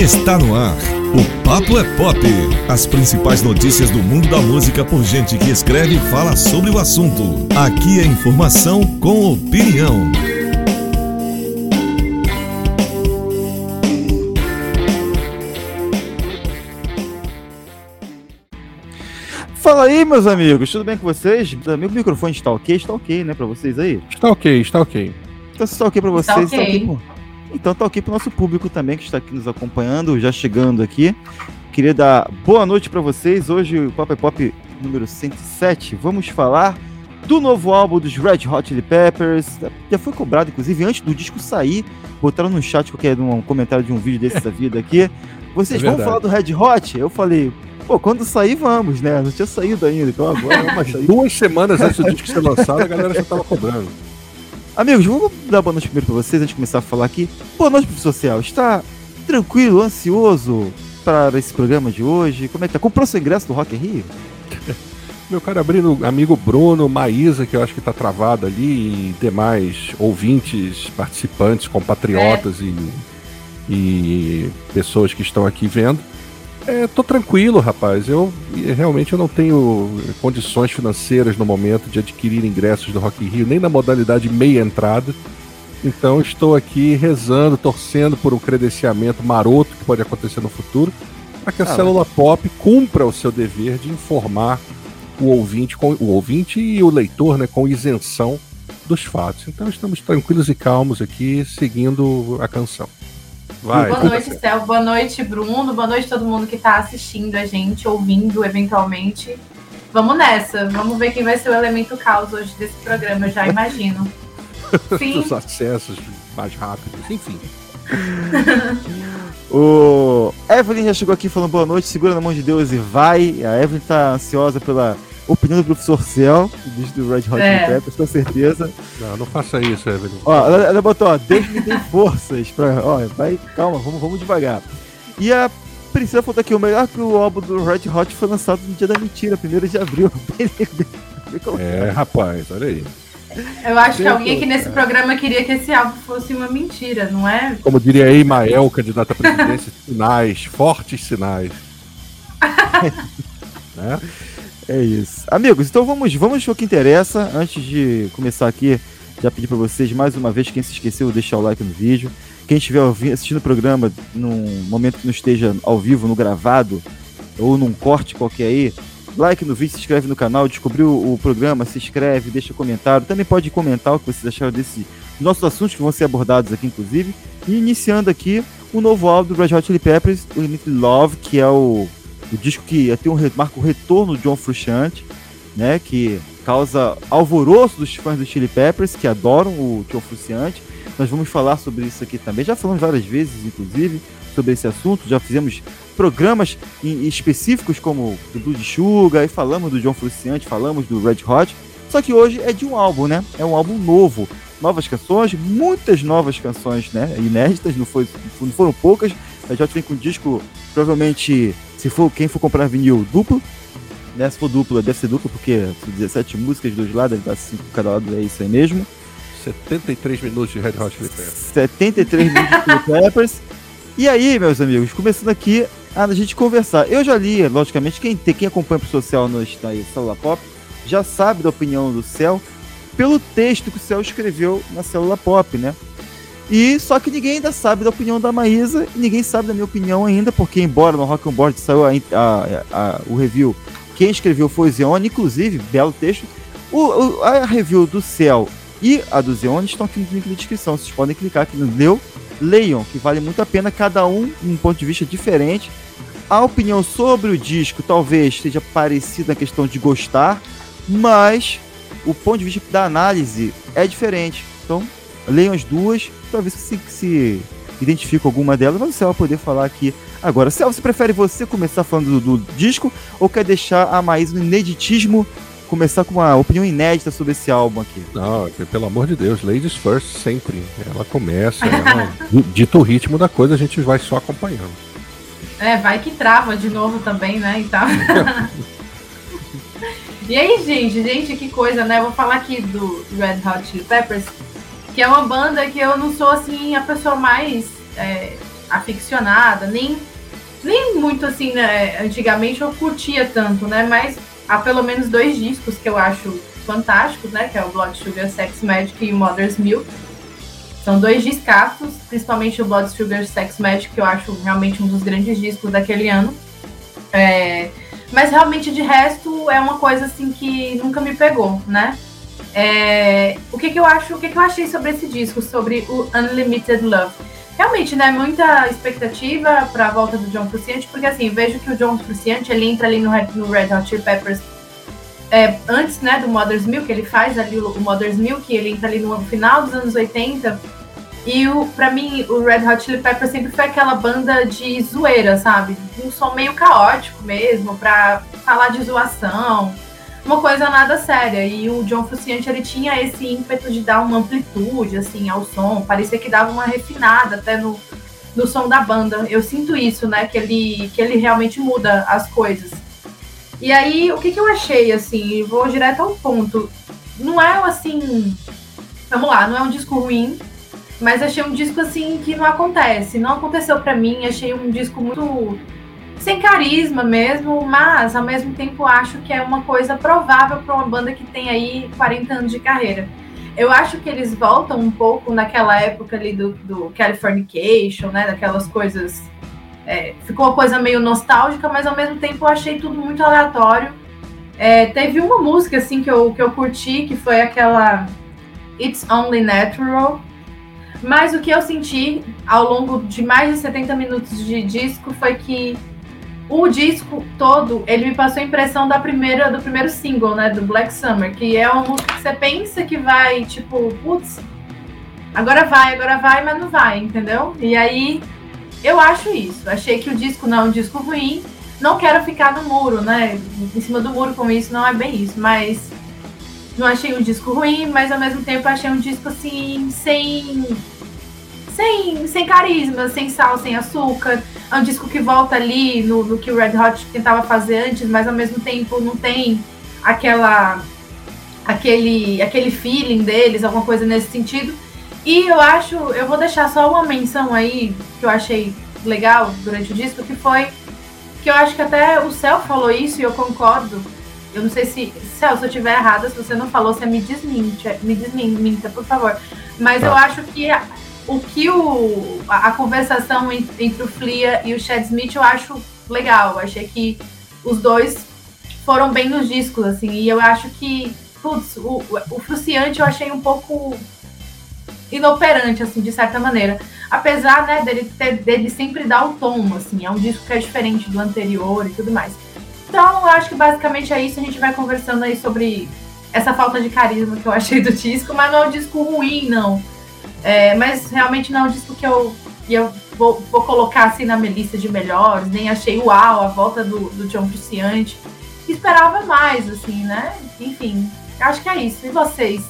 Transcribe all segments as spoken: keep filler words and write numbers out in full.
Está no ar. O Papo é Pop. As principais notícias do mundo da música por gente que escreve e fala sobre o assunto. Aqui é informação com opinião. Fala aí, meus amigos, tudo bem com vocês? Meu microfone está ok? Está ok, né, pra vocês aí? Está ok, está ok. Então, se está ok pra vocês, Tá está ok. ok. Pro... Então tá ok pro nosso público também, que está aqui nos acompanhando, já chegando aqui. Queria dar boa noite pra vocês. Hoje, o Papo é Pop número cento e sete, vamos falar do novo álbum dos Red Hot Chili Peppers. Já foi cobrado, inclusive, antes do disco sair. Botaram no chat qualquer um comentário de um vídeo desse da vida aqui. Vocês É vão verdade. falar do Red Hot? Eu falei... Pô, quando sair, vamos, né? Não tinha saído ainda, então agora vamos sair. Duas semanas antes do disco ser lançado, a galera já tava cobrando. Amigos, vamos dar boa noite primeiro pra vocês, antes de começar a falar aqui. Boa noite, professor Social. Está tranquilo, ansioso para esse programa de hoje? Como é que tá? Comprou seu ingresso do Rock in Rio? Meu caro abrindo, amigo Bruno, Maísa, que eu acho que tá travado ali, e demais ouvintes, participantes, compatriotas e, e pessoas que estão aqui vendo. É, tô tranquilo, rapaz. Eu realmente eu não tenho condições financeiras no momento de adquirir ingressos do Rock in Rio, nem na modalidade meia entrada. Então estou aqui rezando, torcendo por um credenciamento maroto que pode acontecer no futuro, para que a Ah, Célula Pop cumpra o seu dever de informar o ouvinte, com, o ouvinte e o leitor, né, com isenção dos fatos. Então estamos tranquilos e calmos aqui, seguindo a canção. Vai, Boa tudo noite, certo. Céu. Boa noite, Bruno. Boa noite todo mundo que tá assistindo a gente, ouvindo eventualmente. Vamos nessa. Vamos ver quem vai ser o elemento caos hoje desse programa, eu já imagino. Sim. Os acessos mais rápidos, enfim. O Evelyn já chegou aqui falando boa noite, segura na mão de Deus e vai. A Evelyn tá ansiosa pela opinião do professor Cel, do disco do Red Hot Chili É. Peppers, com certeza. Não, não faça isso, Evelyn. Ó, ela, ela botou, ó, Deus me dê forças pra... Ó, vai, calma, vamos, vamos devagar. E a Priscila falou aqui, o melhor que o álbum do Red Hot foi lançado no dia da mentira, primeiro de abril. Bem, bem, bem colocado. É, rapaz, olha aí. Eu acho que Deus, alguém aqui nesse programa queria que esse álbum fosse uma mentira, não é? Como diria Emael, candidato à presidência, sinais, fortes sinais. Né? É isso. Amigos, então vamos, vamos ao que interessa. Antes de começar aqui, já pedi pra vocês, mais uma vez, quem se esqueceu, deixar o like no vídeo. Quem estiver ouvi- assistindo o programa num momento que não esteja ao vivo, no gravado, ou num corte qualquer aí, like no vídeo, se inscreve no canal, descobriu o programa, se inscreve, deixa comentário. Também pode comentar o que vocês acharam desse nossos assuntos que vão ser abordados aqui, inclusive. E iniciando aqui o novo álbum do Red Hot Chili Peppers, o Limited Love, que é o, o disco que ia ter um re- marca o retorno do John Frusciante, né, que causa alvoroço dos fãs do Chili Peppers, que adoram o John Frusciante. Nós vamos falar sobre isso aqui também. Já falamos várias vezes, inclusive, sobre esse assunto. Já fizemos programas em- específicos como do Blood Sugar, e falamos do John Frusciante, falamos do Red Hot. Só que hoje é de um álbum, né? É um álbum novo. Novas canções, muitas novas canções, né? Inéditas, não, foi, não foram poucas. A Red Hot vem com um disco, provavelmente, se for quem for comprar vinil, duplo. Né? Se for duplo, deve ser duplo, porque são dezessete músicas dos lados, deve dar cinco cada lado, é isso aí mesmo. setenta e três minutos de Red Hot Chili Peppers. setenta e três minutos de Chili Peppers. E aí, meus amigos, começando aqui a gente conversar. Eu já li, logicamente, quem, tem, quem acompanha o social no Célula Pop já sabe da opinião do Cel pelo texto que o Cel escreveu na Célula Pop, né? E só que ninguém ainda sabe da opinião da Maísa e ninguém sabe da minha opinião ainda, porque embora no Rock on Board saiu a, a, a, o review, quem escreveu foi o Zeone, inclusive, belo texto. O, o, a review do Cel e a do Zeone estão aqui no link da descrição, vocês podem clicar aqui no leu, leiam, que vale muito a pena, cada um um ponto de vista diferente. A opinião sobre o disco talvez seja parecida na questão de gostar, mas o ponto de vista da análise é diferente. Então, leiam as duas, talvez se, se identifique com alguma delas, mas você vai poder falar aqui agora. Céu, você prefere você começar falando do, do disco ou quer deixar a Maísa no ineditismo, começar com uma opinião inédita sobre esse álbum aqui? Não, pelo amor de Deus, ladies first sempre. Ela começa, ela, dito o ritmo da coisa, a gente vai só acompanhando. É, vai que trava de novo também, né? Então... E aí, gente, gente, que coisa, né? Eu vou falar aqui do Red Hot Chili Peppers, que é uma banda que eu não sou, assim, a pessoa mais é, aficionada, nem, nem muito assim, né? Antigamente eu curtia tanto, né? Mas há pelo menos dois discos que eu acho fantásticos, né? Que é o Blood Sugar Sex Magic e o Mother's Milk. São dois discos, principalmente o Blood Sugar Sex Magic, que eu acho realmente um dos grandes discos daquele ano. É, mas realmente de resto é uma coisa assim que nunca me pegou, né? É, o que que eu acho, o que que eu achei sobre esse disco, sobre o Unlimited Love? Realmente, né, muita expectativa para a volta do John Frusciante, porque assim, vejo que o John Frusciante, ele entra ali no Red, no Red Hot Chili Peppers é, antes, né, do Mother's Milk, ele faz ali o, o Mother's Milk, ele entra ali no final dos anos oitenta, e o, pra mim, o Red Hot Chili Peppers sempre foi aquela banda de zoeira, sabe? Um som meio caótico mesmo, pra falar de zoação, uma coisa nada séria. E o John Frusciante, ele tinha esse ímpeto de dar uma amplitude, assim, ao som. Parecia que dava uma refinada até no, no som da banda. Eu sinto isso, né? Que ele, que ele realmente muda as coisas. E aí, o que, que eu achei, assim? Vou direto ao ponto. Não é, assim... Vamos lá, não é um disco ruim, mas achei um disco, assim, que não acontece. Não aconteceu pra mim, achei um disco muito sem carisma mesmo, mas, ao mesmo tempo, acho que é uma coisa provável pra uma banda que tem aí quarenta anos de carreira. Eu acho que eles voltam um pouco naquela época ali do, do Californication, né, daquelas coisas... É, ficou uma coisa meio nostálgica, mas, ao mesmo tempo, eu achei tudo muito aleatório. É, teve uma música, assim, que eu, que eu curti, que foi aquela It's Only Natural. Mas o que eu senti ao longo de mais de setenta minutos de disco foi que o disco todo, ele me passou a impressão da primeira, do primeiro single, né, do Black Summer, que é uma música que você pensa que vai, tipo, putz, agora vai, agora vai, mas não vai, entendeu? E aí, eu acho isso. Achei que o disco não é um disco ruim, não quero ficar no muro, né, em cima do muro com isso, não é bem isso, mas... Não achei um disco ruim, mas ao mesmo tempo achei um disco assim, sem, sem, sem carisma, sem sal, sem açúcar. É um disco que volta ali no, no que o Red Hot tentava fazer antes, mas ao mesmo tempo não tem aquela, aquele, aquele feeling deles, alguma coisa nesse sentido. E eu acho, eu vou deixar só uma menção aí que eu achei legal durante o disco, que foi que eu acho que até o Céu falou isso e eu concordo. Eu não sei se, Céu, se eu estiver errada, se você não falou, você me desmente, me desminta, por favor. Mas tá. Eu acho que a, o que o, a, a conversação entre, entre o Flea e o Chad Smith, eu acho legal. Eu achei que os dois foram bem nos discos, assim, e eu acho que, putz, o, o Frusciante eu achei um pouco inoperante, assim, de certa maneira. Apesar, né, dele, ter, dele sempre dar o tom, assim, é um disco que é diferente do anterior e tudo mais. Então, eu acho que basicamente é isso. A gente vai conversando aí sobre essa falta de carisma que eu achei do disco, mas não é um disco ruim, não. É, mas realmente não é um disco que eu, que eu vou, vou colocar assim na minha lista de melhores, nem achei uau a volta do, do John Frusciante. Esperava mais, assim, né? Enfim, acho que é isso. E vocês?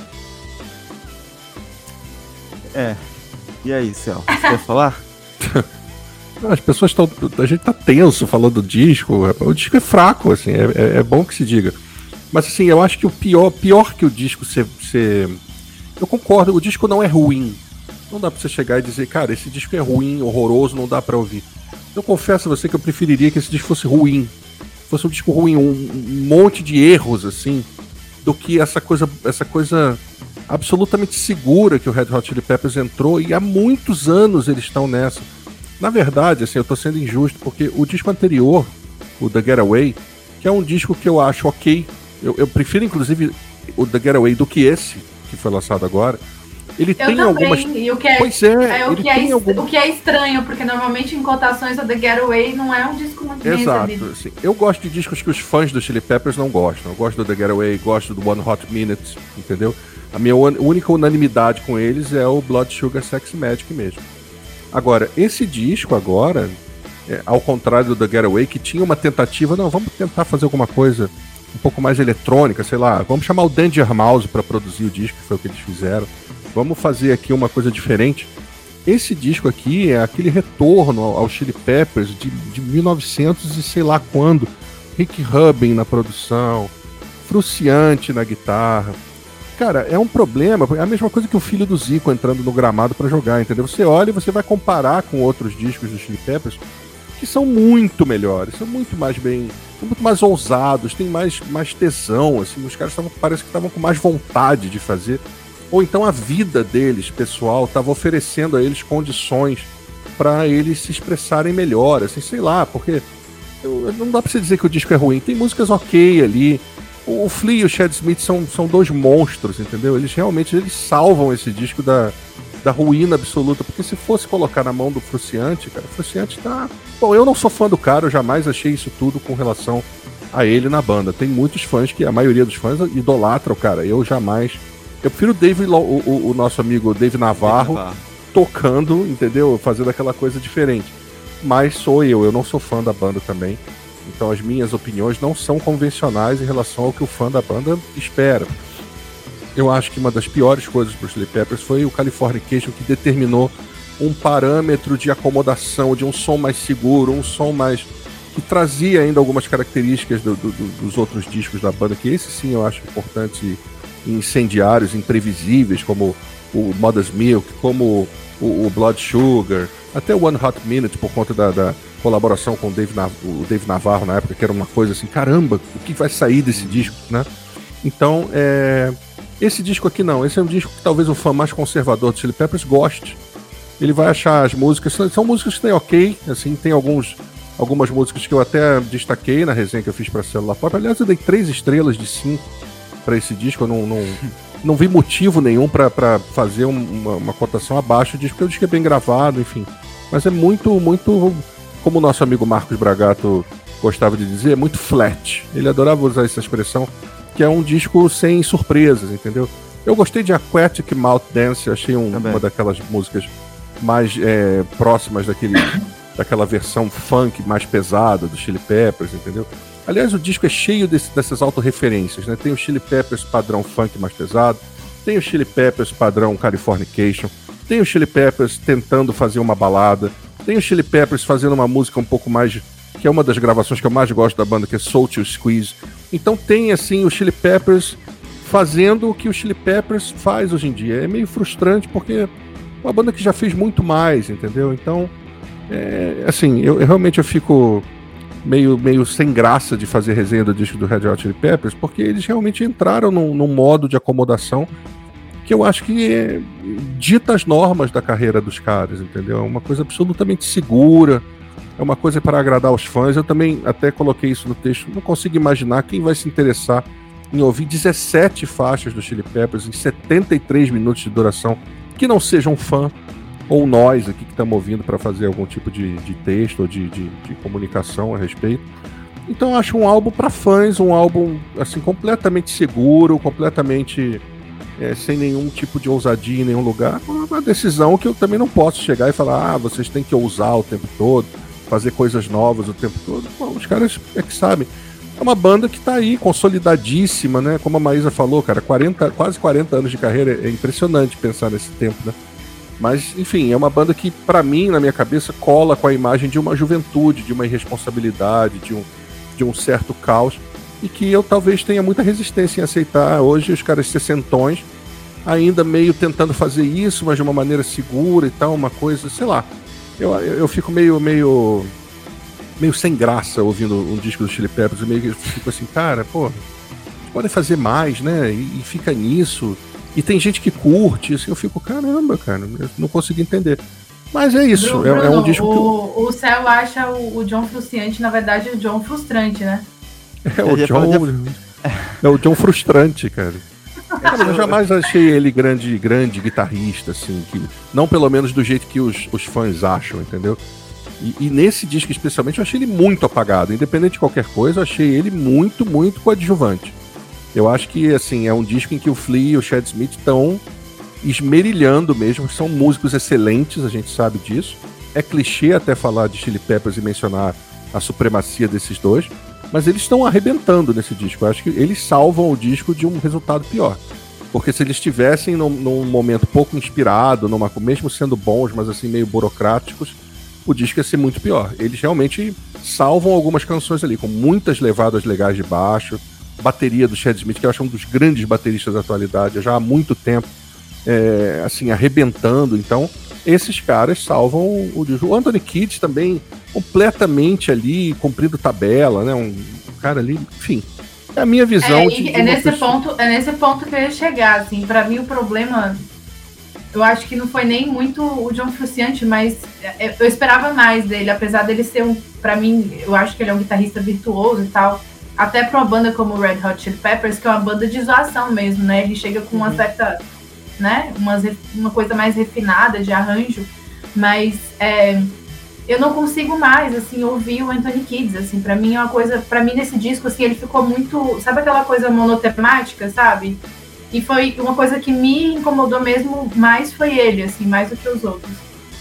É. E aí, Céu? Você quer falar? As pessoas estão... A gente tá tenso falando do disco. O disco é fraco, assim, é, é bom que se diga. Mas, assim, eu acho que o pior, pior que o disco ser, ser... Eu concordo, o disco não é ruim. Não dá pra você chegar e dizer, cara, esse disco é ruim, horroroso, não dá pra ouvir. Eu confesso a você que eu preferiria que esse disco fosse ruim. Fosse um disco ruim, um, um monte de erros, assim, do que essa coisa, essa coisa absolutamente segura que o Red Hot Chili Peppers entrou, e há muitos anos eles estão nessa. Na verdade, assim, eu tô sendo injusto, porque o disco anterior, o The Getaway, que é um disco que eu acho ok, eu, eu prefiro inclusive o The Getaway do que esse, que foi lançado agora. Ele eu tem também, algumas... e o que é, pois é, é, o, ele que é tem est... algum... o que é estranho, porque normalmente em cotações o The Getaway não é um disco muito bem recebido. Exato, assim, eu gosto de discos que os fãs do Chili Peppers não gostam. Eu gosto do The Getaway, gosto do One Hot Minute, entendeu? A minha única unanimidade com eles é o Blood Sugar Sex Magic mesmo. Agora, esse disco agora, é, ao contrário do The Getaway, que tinha uma tentativa, não, vamos tentar fazer alguma coisa um pouco mais eletrônica, sei lá, vamos chamar o Danger Mouse para produzir o disco, que foi o que eles fizeram. Vamos fazer aqui uma coisa diferente. Esse disco aqui é aquele retorno ao, ao Chili Peppers de, de mil e novecentos e sei lá quando. Rick Rubin na produção, Frusciante na guitarra. cara, é um problema, é a mesma coisa que o filho do Zico entrando no gramado pra jogar, entendeu? Você olha e você vai comparar com outros discos do Chili Peppers, que são muito melhores, são muito mais bem, são muito mais ousados, tem mais, mais tesão, assim, os caras tavam, parece que estavam com mais vontade de fazer, ou então a vida deles, pessoal, estava oferecendo a eles condições para eles se expressarem melhor, assim, sei lá, porque eu, não dá pra você dizer que o disco é ruim, tem músicas ok ali, o, o Flea e o Chad Smith são, são dois monstros, entendeu? Eles realmente eles salvam esse disco da, da ruína absoluta, porque se fosse colocar na mão do Frusciante, cara, o Frusciante tá... Bom, eu não sou fã do cara, eu jamais achei isso tudo com relação a ele na banda, tem muitos fãs que, a maioria dos fãs idolatram o cara, eu jamais... Eu prefiro o, Dave, o, o, o nosso amigo Dave Navarro, Navarro tocando, entendeu? Fazendo aquela coisa diferente. Mas sou eu, eu não sou fã da banda também. Então as minhas opiniões não são convencionais em relação ao que o fã da banda espera. Eu acho que uma das piores coisas para os Chili Peppers foi o Californication, que determinou um parâmetro de acomodação, de um som mais seguro, um som mais... que trazia ainda algumas características do, do, do, dos outros discos da banda, que esse sim eu acho importante, incendiários, imprevisíveis, como o Mother's Milk, como o, o Blood Sugar, até o One Hot Minute, por conta da, da colaboração com o Dave, Nav- o Dave Navarro na época, que era uma coisa assim, caramba, o que vai sair desse disco, né? Então, é... esse disco aqui não, esse é um disco que talvez o fã mais conservador do Chili Peppers goste. Ele vai achar as músicas, são, são músicas que tem ok, assim, tem alguns, algumas músicas que eu até destaquei na resenha que eu fiz para Celular Pop. Aliás, eu dei três estrelas de cinco para esse disco, eu não, não, não vi motivo nenhum para fazer um, uma, uma cotação abaixo disso, porque o disco é bem gravado, enfim. Mas é muito, muito, como o nosso amigo Marcos Bragato gostava de dizer, é muito flat. Ele adorava usar essa expressão, que é um disco sem surpresas, entendeu? Eu gostei de Aquatic Mouth Dance, achei um, uma daquelas músicas mais é, próximas daquele, daquela versão funk mais pesada do Chili Peppers, entendeu? Aliás, o disco é cheio desse, dessas autorreferências, né? Tem o Chili Peppers padrão funk mais pesado, tem o Chili Peppers padrão Californication, tem o Chili Peppers tentando fazer uma balada, tem o Chili Peppers fazendo uma música um pouco mais... que é uma das gravações que eu mais gosto da banda, que é Soul to Squeeze. Então tem, assim, o Chili Peppers fazendo o que o Chili Peppers faz hoje em dia. É meio frustrante, porque é uma banda que já fez muito mais, entendeu? Então, é, assim, eu, eu realmente eu fico... Meio, meio sem graça de fazer resenha do disco do Red Hot Chili Peppers, porque eles realmente entraram num, num modo de acomodação que eu acho que é, dita as normas da carreira dos caras, entendeu? É uma coisa absolutamente segura, é uma coisa para agradar os fãs. Eu também até coloquei isso no texto, não consigo imaginar quem vai se interessar em ouvir dezessete faixas do Chili Peppers em setenta e três minutos de duração, que não seja um fã, ou nós aqui que estamos ouvindo para fazer algum tipo de, de texto ou de, de, de comunicação a respeito. Então eu acho um álbum para fãs, um álbum assim completamente seguro, completamente é, sem nenhum tipo de ousadia em nenhum lugar. Uma decisão que eu também não posso chegar e falar, ah, vocês têm que ousar o tempo todo, fazer coisas novas o tempo todo. Bom, os caras é que sabem. É uma banda que tá aí, consolidadíssima, né? Como a Maísa falou, cara, quarenta, quase quarenta anos de carreira, é impressionante pensar nesse tempo, né? Mas, enfim, é uma banda que, pra mim, na minha cabeça, cola com a imagem de uma juventude, de uma irresponsabilidade, de um, de um certo caos, e que eu talvez tenha muita resistência em aceitar hoje os caras sessentões, ainda meio tentando fazer isso, mas de uma maneira segura e tal, uma coisa, sei lá. Eu, eu fico meio, meio, meio sem graça ouvindo um disco do Chili Peppers, e meio que fico assim, cara, pô, podem fazer mais, né? E, e fica nisso. E tem gente que curte, assim, eu fico, caramba, cara, eu não consigo entender. Mas é isso, Bruno, é, é um disco o, que... Eu... o Céu acha o, o John Frusciante, na verdade, o John Frustrante, né? É o John... É o John Frustrante, cara. Cara, eu jamais achei ele grande, grande guitarrista, assim, que, não pelo menos do jeito que os, os fãs acham, entendeu? E, e nesse disco especialmente eu achei ele muito apagado, independente de qualquer coisa, eu achei ele muito, muito coadjuvante. Eu acho que, assim, é um disco em que o Flea e o Chad Smith estão esmerilhando mesmo, são músicos excelentes, a gente sabe disso. É clichê até falar de Chili Peppers e mencionar a supremacia desses dois, mas eles estão arrebentando nesse disco. Eu acho que eles salvam o disco de um resultado pior. Porque se eles estivessem num, num momento pouco inspirado, numa, mesmo sendo bons, mas assim meio burocráticos, o disco ia ser muito pior. Eles realmente salvam algumas canções ali, com muitas levadas legais de baixo, bateria do Chad Smith, que eu acho um dos grandes bateristas da atualidade, já há muito tempo, é, assim, arrebentando. Então, esses caras salvam o disco. O Anthony Kiedis também, completamente ali, cumprindo tabela, né? Um, um cara ali, enfim. É a minha visão. É, de, de é, nesse pessoa... ponto, é nesse ponto que eu ia chegar, assim. Pra mim, o problema... Eu acho que não foi nem muito o John Frusciante, mas eu esperava mais dele, apesar dele ser um... Pra mim, eu acho que ele é um guitarrista virtuoso e tal. Até pra uma banda como Red Hot Chili Peppers, que é uma banda de zoação mesmo, né? Ele chega com uma uhum. certa... né? Uma, uma coisa mais refinada de arranjo. Mas é, eu não consigo mais, assim, ouvir o Anthony Kiedis, assim. Pra mim é uma coisa... Pra mim, nesse disco, assim, ele ficou muito... Sabe aquela coisa monotemática, sabe? E foi uma coisa que me incomodou mesmo, mais foi ele, assim, mais do que os outros.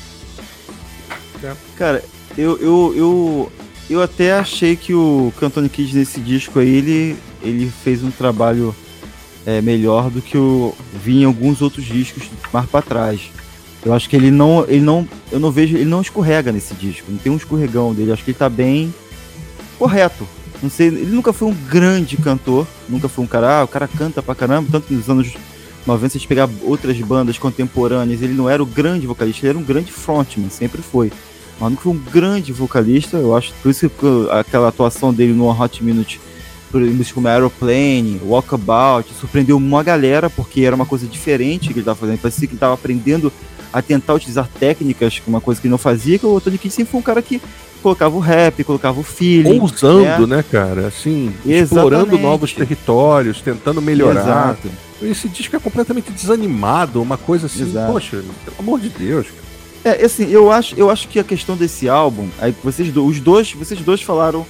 Cara, eu, eu, eu, eu até achei que o Anthony Kiedis nesse disco aí, ele, ele fez um trabalho é, melhor do que eu vi em alguns outros discos mais pra trás. Eu acho que ele não, ele não, eu não vejo, ele não escorrega nesse disco, não tem um escorregão dele, eu acho que ele tá bem correto. Não sei, ele nunca foi um grande cantor, nunca foi um cara, ah, o cara canta pra caramba, tanto que nos anos noventa, se a gente pegar outras bandas contemporâneas, ele não era o grande vocalista, ele era um grande frontman, sempre foi. Mas nunca foi um grande vocalista, eu acho, por isso que aquela atuação dele no Hot Minute, por músicas como Aeroplane, Walkabout, surpreendeu uma galera, porque era uma coisa diferente que ele estava fazendo, parecia que ele estava aprendendo a tentar utilizar técnicas, uma coisa que ele não fazia, que o Tony Kiedis sempre foi um cara que colocava o rap, colocava o feeling. Ousando, né, né cara? Assim, exatamente. Explorando novos territórios, tentando melhorar. Exato. Esse disco é completamente desanimado, uma coisa assim, Exato. Poxa, pelo amor de Deus. É, assim, eu acho, eu acho que a questão desse álbum, aí vocês, os dois, vocês dois falaram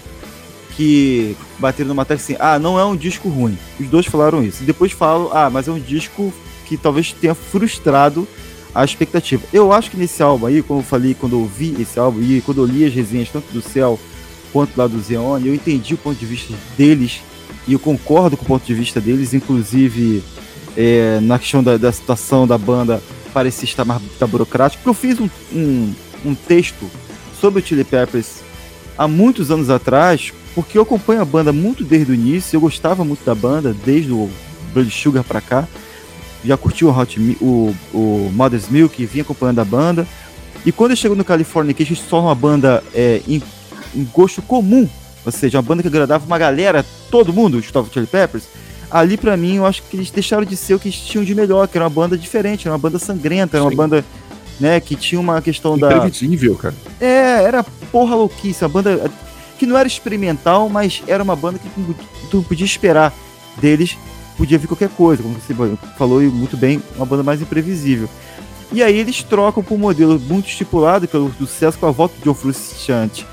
que bateram numa tecla assim, ah, não é um disco ruim. Os dois falaram isso. E depois falam, ah, mas é um disco que talvez tenha frustrado a expectativa. Eu acho que nesse álbum aí, como eu falei, quando eu vi esse álbum e quando eu li as resenhas, tanto do Cell quanto lá do Zeone, eu entendi o ponto de vista deles e eu concordo com o ponto de vista deles, inclusive é, na questão da, da situação da banda parecia estar mais tá burocrático, porque eu fiz um, um, um texto sobre o Chili Peppers há muitos anos atrás, porque eu acompanho a banda muito desde o início, eu gostava muito da banda, desde o Blood Sugar pra cá, já curti o, Hot, o, o Mother's Milk, vinha acompanhando a banda. E quando eu chego no Californication, se torna uma banda é, em, em gosto comum, ou seja, uma banda que agradava uma galera, todo mundo escutava o Chili Peppers. Ali, pra mim, eu acho que eles deixaram de ser o que eles tinham de melhor, que era uma banda diferente, era uma banda sangrenta, era uma Sim. banda, né, que tinha uma questão da... Imprevisível, cara. É, era porra louquice, uma banda que não era experimental, mas era uma banda que tu podia esperar deles, podia vir qualquer coisa, como você falou muito bem, uma banda mais imprevisível. E aí eles trocam por um modelo muito estipulado pelo sucesso com a volta de John Frusciante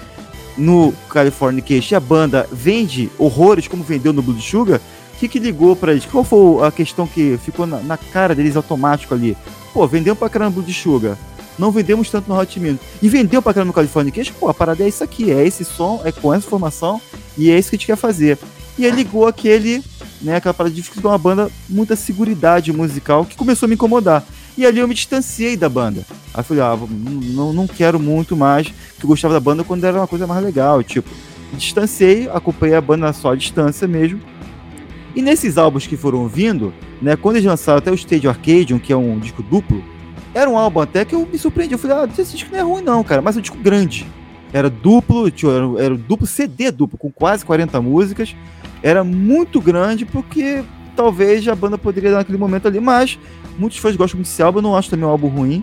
no Californication. A banda vende horrores como vendeu no Blood Sugar. O que que ligou pra eles? Qual foi a questão que ficou na, na cara deles automático ali? Pô, vendemos pra caramba no Blood Sugar, não vendemos tanto no Hot Minute. E vendeu pra caramba no Californication, pô, a parada é isso aqui, é esse som, é com essa formação, e é isso que a gente quer fazer. E aí ligou aquele, né, aquela parada de ficar uma banda, muita seguridade musical, que começou a me incomodar. E ali eu me distanciei da banda. Aí eu falei, ah, não, não quero muito mais, porque eu gostava da banda quando era uma coisa mais legal, tipo, me distanciei, acompanhei a banda só à distância mesmo. E nesses álbuns que foram vindo, né, quando eles lançaram até o Stage Arcadium, que é um disco duplo, era um álbum até que eu me surpreendi. Eu falei, ah, esse disco não é ruim não, cara, mas é um disco grande. Era duplo, era, era duplo, C D duplo, com quase quarenta músicas. Era muito grande, porque talvez a banda poderia dar naquele momento ali, mas muitos fãs gostam muito desse álbum, eu não acho também um álbum ruim.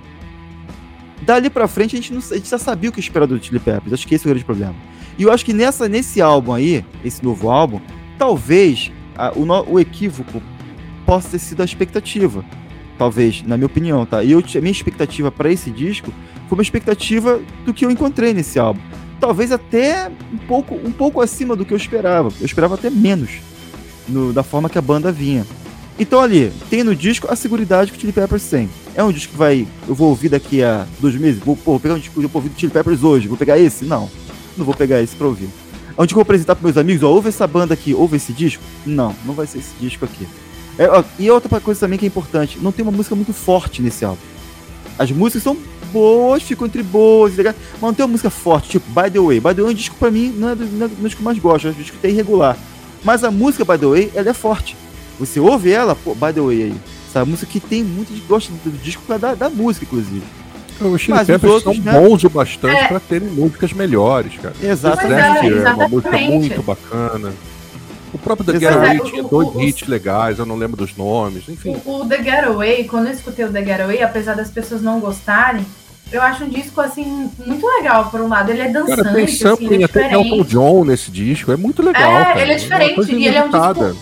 Dali pra frente, a gente, não, a gente já sabia o que esperar do Chili Peppers, acho que esse é o grande problema. E eu acho que nessa, nesse álbum aí, esse novo álbum, talvez a, o, o equívoco possa ter sido a expectativa. Talvez, na minha opinião, tá? E eu, a minha expectativa para esse disco foi uma expectativa do que eu encontrei nesse álbum. Talvez até um pouco, um pouco acima do que eu esperava. Eu esperava até menos no, da forma que a banda vinha. Então ali, tem no disco a seguridade que o Chili Peppers tem. É um disco que vai... Eu vou ouvir daqui a dois meses? Vou, pô, vou pegar um disco que eu vou ouvir do Chili Peppers hoje. Vou pegar esse? Não. Não vou pegar esse pra ouvir. Onde eu vou apresentar pros meus amigos? Ó, ouve essa banda aqui, ouve esse disco? Não, não vai ser esse disco aqui. É, ó, e outra coisa também que é importante, não tem uma música muito forte nesse álbum. As músicas são boas, ficam entre boas, mas não tem uma música forte, tipo By The Way. By The Way é um disco pra mim, não é do, não é do disco que eu mais gosto, é um disco que é irregular. Mas a música, by the way, ela é forte. Você ouve ela, pô, by the way aí. Essa música que tem muito de gosta do disco da, da música, inclusive. Os Chili Peppers são né? bons o bastante é. pra terem músicas melhores, cara. Exatamente. É, é uma música muito bacana. O próprio The Getaway tinha dois o, hits o, legais, eu não lembro dos nomes, enfim. O, o The Getaway, quando eu escutei o The Getaway, apesar das pessoas não gostarem, eu acho um disco, assim, muito legal, por um lado. Ele é dançante, cara, tem sampling, assim, é até Elton John nesse disco, é muito legal, é, cara. Ele é diferente, é e ele é um disco...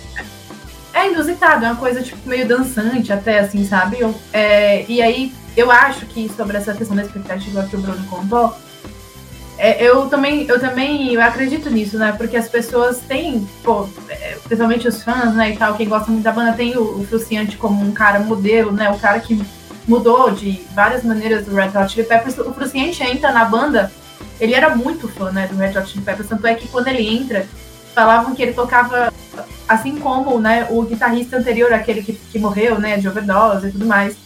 É inusitado, é uma coisa, tipo, meio dançante até, assim, sabe? Eu, é, e aí, eu acho que sobre essa questão da expectativa que o Bruno contou, é, eu também, eu também eu acredito nisso, né? Porque as pessoas têm, pô, principalmente os fãs, né, e tal, quem gosta muito da banda, tem o, o Frusciante como um cara modelo, né? O cara que mudou de várias maneiras do Red Hot Chili Peppers. O Frusciante entra na banda, ele era muito fã, né, do Red Hot Chili Peppers, tanto é que quando ele entra, falavam que ele tocava assim como, né, o guitarrista anterior, aquele que, que morreu, né, de overdose e tudo mais.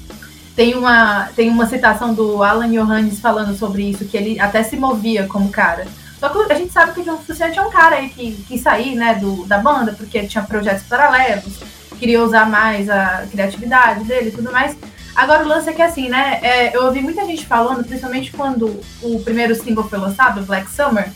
Tem uma, tem uma citação do Alan Johannes falando sobre isso, que ele até se movia como cara. Só que a gente sabe que o John Frusciante é um cara aí que quis sair, né, do, da banda, porque tinha projetos paralelos, queria usar mais a criatividade dele e tudo mais. Agora o lance é que assim, né, é, eu ouvi muita gente falando, principalmente quando o primeiro single foi lançado, Black Summer,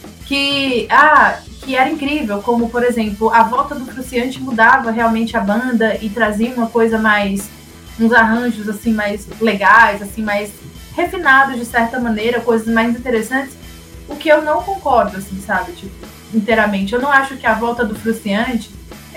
que, ah, que era incrível, como, por exemplo, a volta do Frusciante mudava realmente a banda e trazia uma coisa mais, uns arranjos, assim, mais legais, assim, mais refinados, de certa maneira, coisas mais interessantes, o que eu não concordo, assim, sabe, tipo, inteiramente. Eu não acho que a volta do Frusciante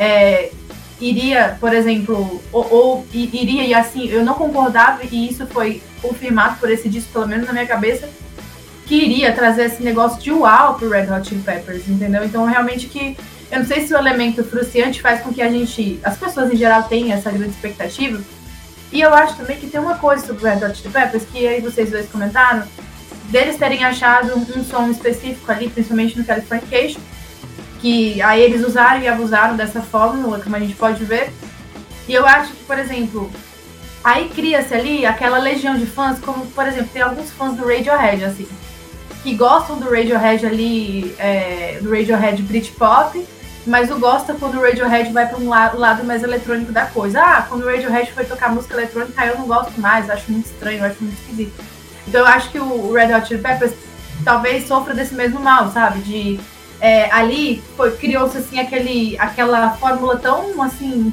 é, iria, por exemplo, ou, ou iria, e assim, eu não concordava, e isso foi confirmado por esse disco, pelo menos na minha cabeça, que iria trazer esse negócio de uau pro Red Hot Chili Peppers, entendeu? Então, realmente que... Eu não sei se o elemento Frusciante faz com que a gente... As pessoas, em geral, tenham essa grande expectativa. E eu acho também que tem uma coisa sobre o Red Hot Chili Peppers, que aí vocês dois comentaram, deles terem achado um som específico ali, principalmente no Californication, que aí eles usaram e abusaram dessa fórmula, como a gente pode ver. E eu acho que, por exemplo... Aí cria-se ali aquela legião de fãs, como, por exemplo, tem alguns fãs do Radiohead, assim, que gostam do Radiohead ali, é, do Radiohead Britpop, mas o gosta quando o Radiohead vai para um lado, lado mais eletrônico da coisa. Ah, quando o Radiohead foi tocar música eletrônica, eu não gosto mais, acho muito estranho, acho muito esquisito. Então eu acho que o Red Hot Chili Peppers talvez sofra desse mesmo mal, sabe? De, é, ali foi, criou-se assim, aquele, aquela fórmula tão, assim,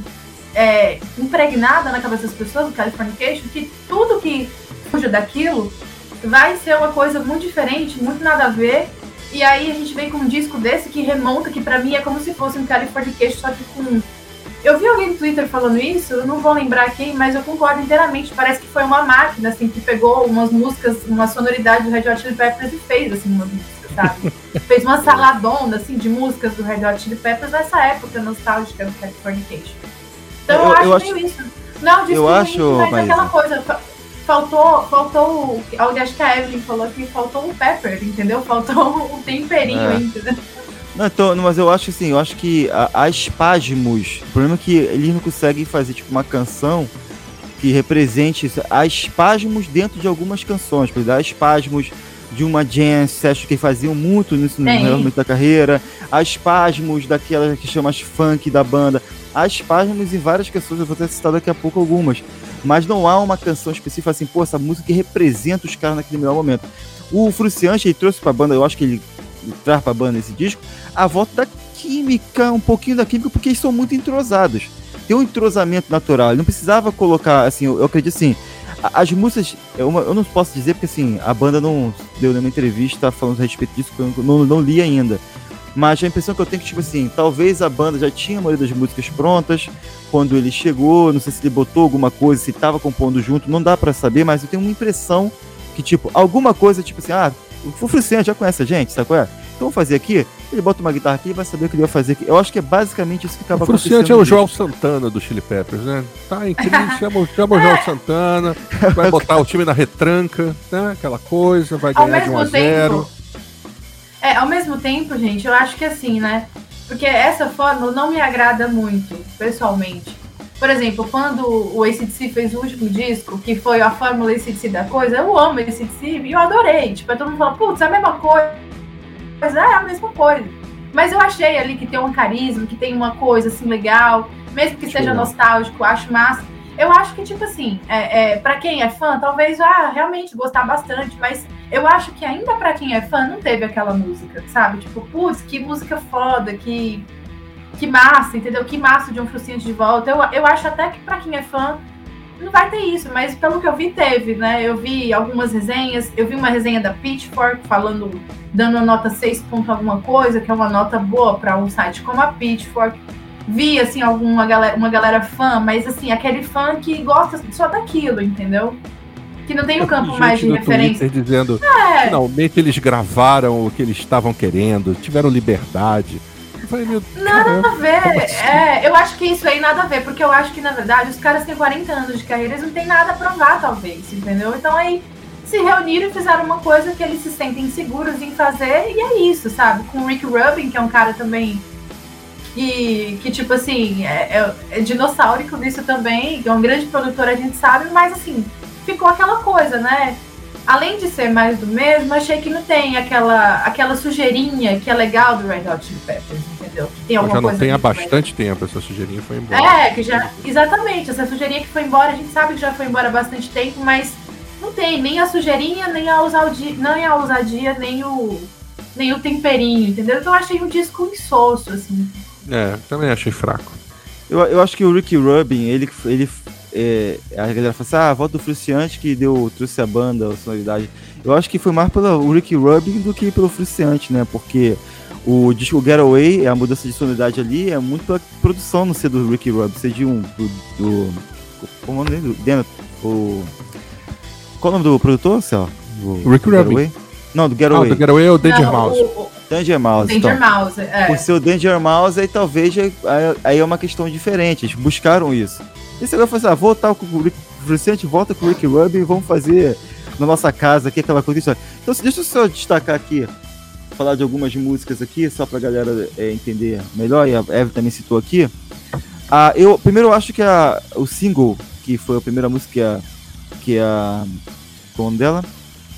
é, impregnada na cabeça das pessoas, do Californication, que tudo que fuja daquilo vai ser uma coisa muito diferente, muito nada a ver, e aí a gente vem com um disco desse que remonta, que pra mim é como se fosse um Californication, só que com... Eu vi alguém no Twitter falando isso, eu não vou lembrar quem, mas eu concordo inteiramente, parece que foi uma máquina, assim, que pegou umas músicas, uma sonoridade do Red Hot Chili Peppers e fez, assim, uma música, sabe? Fez uma saladona, assim, de músicas do Red Hot Chili Peppers nessa época nostálgica do Californication. Então eu, eu acho eu meio acho... isso. Não, disco eu acho, mas mas... aquela coisa... Faltou, faltou, acho que a Evelyn falou que faltou um pepper, entendeu? Faltou um temperinho, é. entendeu? Não, então, mas eu acho assim, eu acho que a, a espasmos, o problema é que eles não conseguem fazer tipo uma canção que represente isso, a espasmos dentro de algumas canções, por exemplo, a espasmos de uma jam session que faziam muito nisso no momento da carreira, a espasmos daquela que chama as funk da banda, a espasmos em várias canções, eu vou até citar daqui a pouco algumas. Mas não há uma canção específica assim, pô, essa música que representa os caras naquele melhor momento. O Frusciante, ele trouxe pra banda, eu acho que ele traz pra banda esse disco, a volta da química, um pouquinho da química, porque eles são muito entrosados. Tem um entrosamento natural, ele não precisava colocar, assim, eu, eu acredito assim, as músicas, eu, eu não posso dizer porque assim, a banda não deu nenhuma entrevista falando a respeito disso, porque eu não, não li ainda. Mas a impressão que eu tenho é que, tipo assim, talvez a banda já tinha a maioria das músicas prontas quando ele chegou, não sei se ele botou alguma coisa, se tava compondo junto, não dá pra saber, mas eu tenho uma impressão que, tipo, alguma coisa, tipo assim, ah, o Frusciante já conhece a gente, sabe qual é? Então vamos fazer aqui, ele bota uma guitarra aqui e vai saber o que ele vai fazer aqui. Eu acho que é basicamente isso que acaba acontecendo. O Frusciante é o João Santana do Chili Peppers, né? Tá em crise, chama, chama o João Santana, vai botar o time na retranca, né? Aquela coisa, vai ganhar de um a zero. É, ao mesmo tempo, gente, eu acho que assim, né? Porque essa fórmula não me agrada muito, pessoalmente. Por exemplo, quando o A C D C fez o último disco, que foi a fórmula A C D C da coisa, eu amo A C D C e eu adorei. Tipo, todo mundo fala, putz, é a mesma coisa. Mas é a mesma coisa. Mas eu achei ali que tem um carisma, que tem uma coisa assim legal, mesmo que seja nostálgico, eu acho massa. Eu acho que, tipo assim, é, é, pra quem é fã, talvez, ah, realmente gostar bastante, mas eu acho que ainda pra quem é fã, não teve aquela música, sabe? Tipo, putz, que música foda, que, que massa, entendeu? Que massa de um Fruciante de volta. Eu, eu acho até que pra quem é fã, não vai ter isso, mas pelo que eu vi, teve, né? Eu vi algumas resenhas, eu vi uma resenha da Pitchfork falando, dando a nota seis ponto alguma coisa, que é uma nota boa pra um site como a Pitchfork. Vi, assim, alguma galera, uma galera fã, mas, assim, aquele fã que gosta só daquilo, entendeu? Que não tem um campo gente mais de no referência. Twitter dizendo, é. finalmente eles gravaram o que eles estavam querendo, tiveram liberdade. Eu falei, meu, nada caramba, a ver. assim? É, eu acho que isso aí nada a ver, porque eu acho que, na verdade, os caras têm quarenta anos de carreira, eles não têm nada a provar, talvez, entendeu? Então, aí, se reuniram e fizeram uma coisa que eles se sentem seguros em fazer, e é isso, sabe? Com o Rick Rubin, que é um cara também... Que, que, tipo assim, é, é, é dinossaurico nisso também, que é um grande produtor, a gente sabe, mas, assim, ficou aquela coisa, né? Além de ser mais do mesmo, achei que não tem aquela, aquela sujeirinha que é legal do Red Hot Chili Peppers, entendeu? Que tem alguma já não coisa tem há também. bastante tempo, essa sujeirinha foi embora. É, que já... Exatamente, essa sujeirinha que foi embora, a gente sabe que já foi embora há bastante tempo, mas não tem nem a sujeirinha, nem a ousadia, nem a ousadia, nem o, nem o temperinho, entendeu? Então eu achei um disco insosso, assim. É, também achei fraco. Eu, eu acho que o Rick Rubin, ele, ele é, a galera fala assim, ah, a volta do Fruciante que deu, trouxe a banda, a sonoridade. Eu acho que foi mais pelo Rick Rubin do que pelo Fruciante, né? Porque o disco Getaway, a mudança de sonoridade ali, é muito a produção não ser do Rick Rubin, ser de um, do, do como é o nome dele? O, qual é o nome do produtor, Céu? O Rick Rubin. Não, do Getaway. Ah, do Getaway é o Danger Não, Mouse. o, o, Danger Mouse. Danger então, Mouse, é. Por ser o Danger Mouse, aí talvez aí, aí é uma questão diferente. Eles buscaram isso. E você vai fazer, ah, voltar com o Rick Fruciante, volta com o Rick Rubin e vamos fazer na nossa casa aqui aquela coisa. Então, deixa eu só destacar aqui, falar de algumas músicas aqui, só pra galera é, entender melhor, e a Eve também citou aqui. Ah, eu, primeiro, eu acho que a, o single, que foi a primeira música, que a. Que a qual é o nome dela?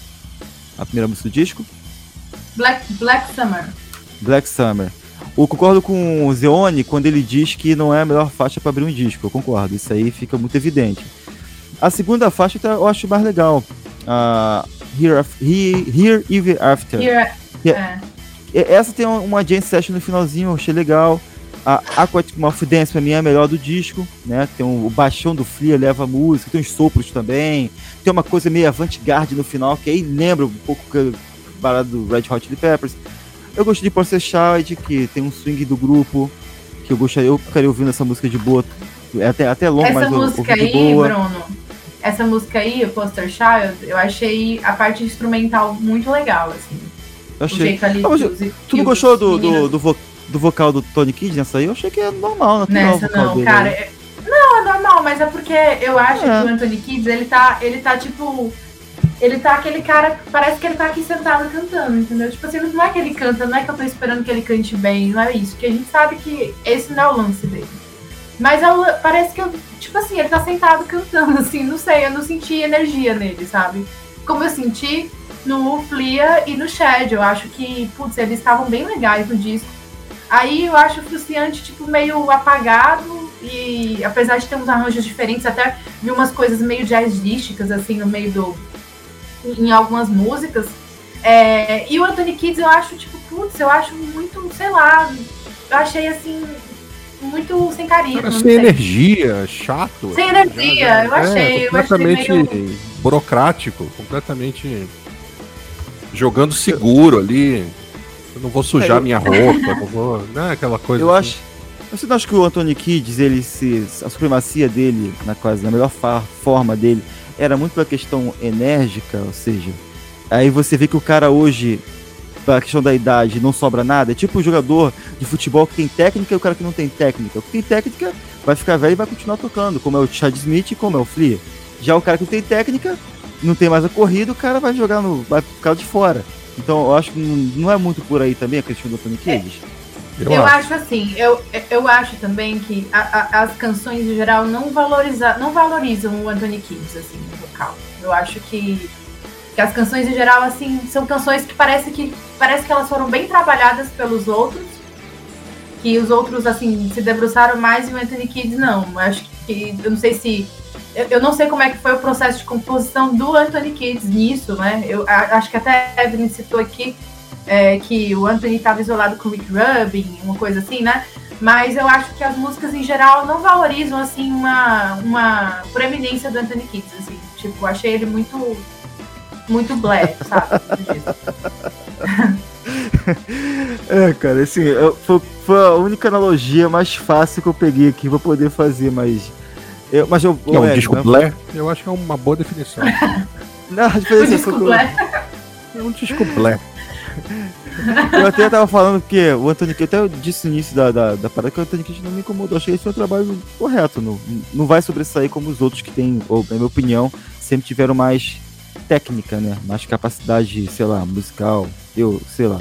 A primeira música do disco? Black, Black Summer. Black Summer. Eu concordo com o Zeone quando ele diz que não é a melhor faixa para abrir um disco. Eu concordo, isso aí fica muito evidente. A segunda faixa eu acho mais legal. Uh, Here, Here, Here Ever After. Here, é. É. Essa tem uma jam session no finalzinho, eu achei legal. A Aquatic Mouth Dance pra mim é a melhor do disco, né? Tem um, o baixão do Flea leva a música, tem uns sopros também. Tem uma coisa meio avant-garde no final, que aí lembra um pouco que parada do Red Hot Chili Peppers. Eu gostei de Poster Child, que tem um swing do grupo, que eu gostaria, eu ficaria ouvindo essa música de boa, é até, até longo, essa mas eu música ouvi de aí, boa. Bruno, essa música aí, o Poster Child, eu achei a parte instrumental muito legal, assim. Eu achei. O jeito ali, ah, mas, os, tu não gostou do, do, do, vo, do vocal do Tony Kidd nessa aí? Eu achei que é normal, natural. Nessa não, cara. É, não, é normal, mas é porque eu acho é. que o Anthony Kidd, ele tá, ele tá tipo... Ele tá aquele cara, parece que ele tá aqui sentado cantando, entendeu? Tipo assim, não é que ele canta, não é que eu tô esperando que ele cante bem, não é isso. Porque a gente sabe que esse não é o lance dele. Mas eu, parece que eu, tipo assim, ele tá sentado cantando, assim, não sei, eu não senti energia nele, sabe? Como eu senti no Flea e no Shed, eu acho que, putz, eles estavam bem legais no disco. Aí eu acho o Fruciante, tipo, meio apagado e, apesar de ter uns arranjos diferentes, até vi umas coisas meio jazzísticas, assim, no meio do... em algumas músicas. É, e o Anthony Kidd, eu acho, tipo, putz, eu acho muito, sei lá, eu achei, assim, muito sem carisma. Cara, sem energia, chato. Sem energia, já, já, eu achei. É, completamente eu achei meio... burocrático, completamente jogando seguro ali. Eu não vou sujar é, eu... minha roupa, não vou... Não é aquela coisa eu assim. acho Você não acha que o Anthony Kidd, ele se, a supremacia dele, na quase na melhor fa- forma dele, era muito pela questão enérgica, ou seja, aí você vê que o cara hoje, pela questão da idade, não sobra nada, é tipo o jogador de futebol que tem técnica e o cara que não tem técnica. O que tem técnica vai ficar velho e vai continuar tocando, como é o Chad Smith e como é o Flea. Já o cara que não tem técnica, não tem mais a corrida, o cara vai jogar no... vai ficar de fora. Então eu acho que não é muito por aí também a questão do Anthony Kidd. É. Eu, eu acho. acho assim, eu, eu acho também que a, a, as canções em geral não, valoriza, não valorizam o Anthony Kidd, assim, no vocal. Eu acho que, que as canções em geral, assim, são canções que parece que parece que elas foram bem trabalhadas pelos outros, que os outros, assim, se debruçaram mais e o Anthony Kiedis não. Eu acho que, eu não sei se... Eu, eu não sei como é que foi o processo de composição do Anthony Kiedis nisso, né? Eu a, acho que até a Evelyn citou aqui é, que o Anthony estava isolado com o Rick Rubin, uma coisa assim, né? Mas eu acho que as músicas, em geral, não valorizam, assim, uma, uma proeminência do Anthony Kiedis, assim. Tipo, achei ele muito... muito black, sabe? É, cara, assim, eu, foi, foi a única analogia mais fácil que eu peguei aqui pra poder fazer, mas... Eu, mas eu, é um é, disco né? black? Eu acho que é uma boa definição. Não, a diferença disco é que eu, É um disco black. eu até tava falando que o Anthony Kiedis, até eu disse no início da, da, da parada que o Anthony Kiedis não me incomodou. Achei que esse foi um trabalho correto. Não, não vai sobressair como os outros que tem, ou, na minha opinião, sempre tiveram mais técnica, né? Mais capacidade, sei lá, musical. Eu, sei lá.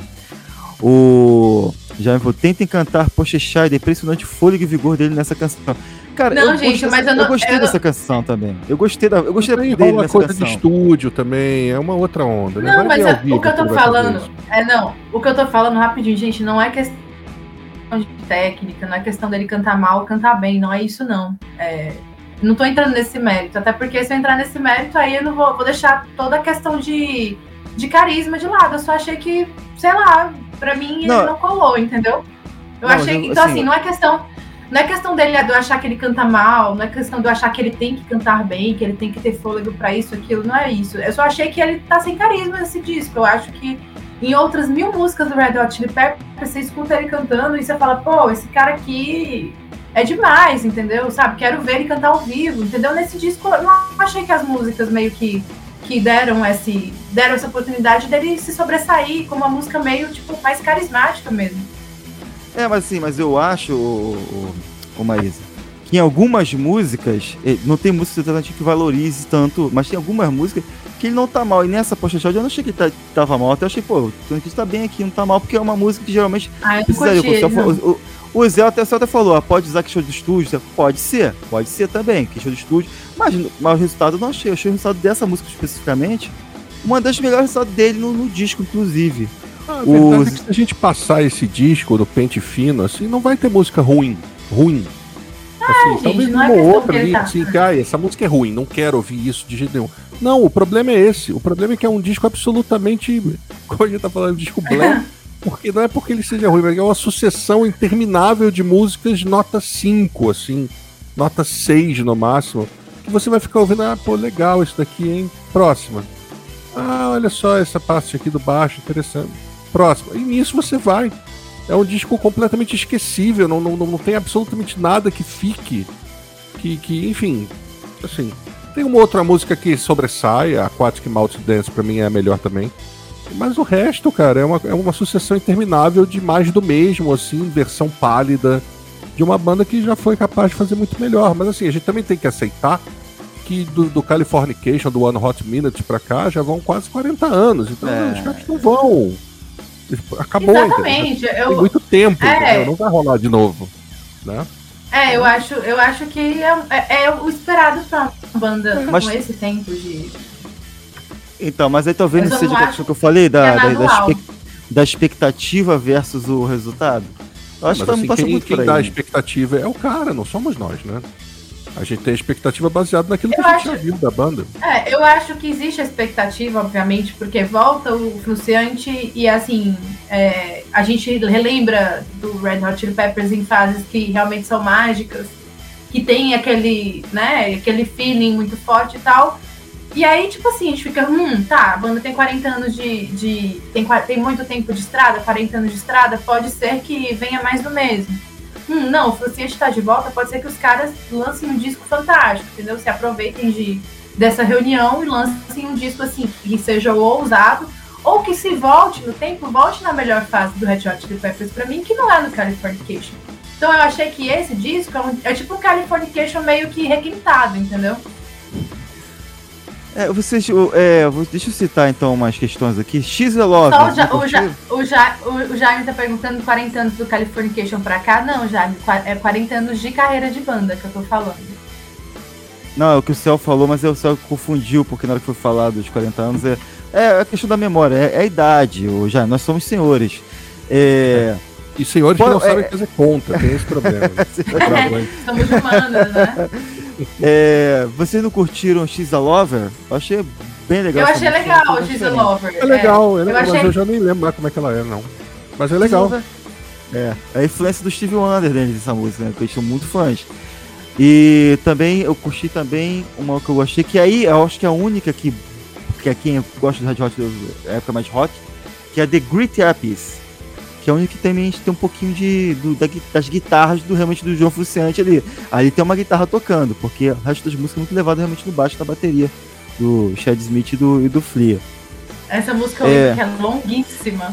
O. Já me falou, tentem cantar Pochechai, impressionante fôlego e vigor dele nessa canção. Cara, não, eu, gente, gostei, mas eu, não, eu gostei eu dessa não... canção também. Eu gostei da, eu gostei também dele rola nessa coisa canção. de estúdio também, é uma outra onda, né? Não, Vai mas ver é, ao vivo o que eu tô quando vai fazer falando isso. é não. O que eu tô falando rapidinho, gente, não é questão de técnica, não é questão dele cantar mal ou cantar bem, não é isso não. É, não tô entrando nesse mérito, até porque se eu entrar nesse mérito, aí eu não vou, vou deixar toda a questão de, de carisma de lado. Eu só achei que, sei lá, pra mim Não. ele não colou, entendeu? Eu Não, achei eu- que, então assim, assim, não é questão. Não é questão dele de eu achar que ele canta mal, não é questão de eu achar que ele tem que cantar bem, que ele tem que ter fôlego pra isso, aquilo, não é isso. Eu só achei que ele tá sem carisma nesse disco. Eu acho que em outras mil músicas do Red Hot Chili Peppers, você escuta ele cantando e você fala, pô, esse cara aqui é demais, entendeu? Sabe? Quero ver ele cantar ao vivo, entendeu? Nesse disco, eu não achei que as músicas meio que, que deram, esse, deram essa oportunidade dele se sobressair com uma música meio, tipo, mais carismática mesmo. É, mas assim, mas eu acho, o, o, o Maísa, que em algumas músicas, eh, não tem música que valorize tanto, mas tem algumas músicas que ele não tá mal. E nessa Poxa Shot eu não achei que ele tá, tava mal, até eu achei, pô, o Tony Kiedis tá bem aqui, não tá mal, porque é uma música que geralmente Ah, eu não precisaria. curti ele, não. O, o, o Zé até, até falou, ah, pode usar que show de estúdio? Pode ser, pode ser também, que show de estúdio, mas, mas o resultado eu não achei. Eu achei o resultado dessa música especificamente uma das melhores resultados dele no, no disco, inclusive. Ah, a Os- verdade é que se a gente passar esse disco do pente fino, assim, não vai ter música ruim. Ruim. Assim, gente, talvez não é uma ou questão outra que ele ali, tá- assim, que, ai, essa música é ruim, não quero ouvir isso de jeito nenhum. Não, o problema é esse. O problema é que é um disco absolutamente. Como a gente tá falando, disco black. Porque não é porque ele seja ruim, mas é uma sucessão interminável de músicas nota cinco, assim, nota seis no máximo. Que você vai ficar ouvindo, ah, pô, legal isso daqui, hein? Próxima. Ah, olha só essa parte aqui do baixo, interessante. Próxima. E nisso você vai. É um disco completamente esquecível, não, não, não tem absolutamente nada que fique. Que, que, enfim, assim. Tem uma outra música que sobressai, a Aquatic Malt Dance pra mim é a melhor também. Mas o resto, cara, é uma, é uma sucessão interminável de mais do mesmo, assim, versão pálida, de uma banda que já foi capaz de fazer muito melhor. Mas assim, a gente também tem que aceitar que do, do Californication, do One Hot Minute pra cá, já vão quase quarenta anos. Então É. os caras não vão. Acabou, Exatamente. entendeu? Tem Eu, muito tempo, É. entendeu? Não vai rolar de novo, né? é, eu acho, eu acho que é, é- é o esperado pra uma banda Mas- com esse tempo de. Então, mas aí talvez Mas não eu seja não a acho questão que eu falei da, que é da, da, manual. expec- da expectativa versus o resultado. Eu acho Mas que assim, não passa quem, muito quem por dá a aí. expectativa é o cara, não somos nós, né? A gente tem a expectativa baseada naquilo que Eu a gente acho- já viu da banda. É, eu acho que existe a expectativa, obviamente, porque volta o Frunciante e, assim, é, a gente relembra do Red Hot Chili Peppers em fases que realmente são mágicas, que tem aquele, né, aquele feeling muito forte e tal. E aí, tipo assim, a gente fica, hum, tá, a banda tem quarenta anos de... de tem, qua- tem muito tempo de estrada, quarenta anos de estrada, pode ser que venha mais do mesmo. Hum, não, o Frunciante tá de volta, pode ser que os caras lancem um disco fantástico, entendeu? Se aproveitem de, dessa reunião e lancem um disco assim, que seja ousado, ou que se volte no tempo, volte na melhor fase do Red Hot Chili Peppers pra mim, que não é no Californication. Então eu achei que esse disco é, um- é tipo um Californication meio que requintado, entendeu? É, vocês, o- é, vou- deixa eu citar então umas questões aqui. X é Love. Só o, não ja, o, curtiu? ja, o, ja, o, o Jaime tá perguntando quarenta anos do Californication pra cá. Não, Jaime, qua- é quarenta anos de carreira de banda que eu tô falando. Não, é o que o Céu falou, mas o Céu confundiu, porque na hora que foi falado dos quarenta anos é, é a questão da memória, é, é a idade, o, já, nós somos senhores. É, E senhores Pô, que não é... sabem fazer conta, tem esse problema. É, somos humanos, né? É, vocês não curtiram She's a Lover? Eu achei bem legal. Eu achei legal o She's a Lover. É legal, é, é legal, eu mas achei... eu já nem lembro mais como é que ela é, não. Mas é legal. É, é a influência do Stevie Wonder dentro dessa música, né? Porque eles são muito fãs. E também, eu curti também uma que eu gostei, que aí eu acho que é a única que, que é quem gosta do Red Hot, da época mais rock, que é The Great Appice. Que é a única que também tem um pouquinho de, do, da, das guitarras do realmente do John Frusciante ali. Ali tem uma guitarra tocando, porque o resto das músicas é muito levado realmente no baixo da bateria do Chad Smith e do, e do Flea. Essa música eu é... que é longuíssima.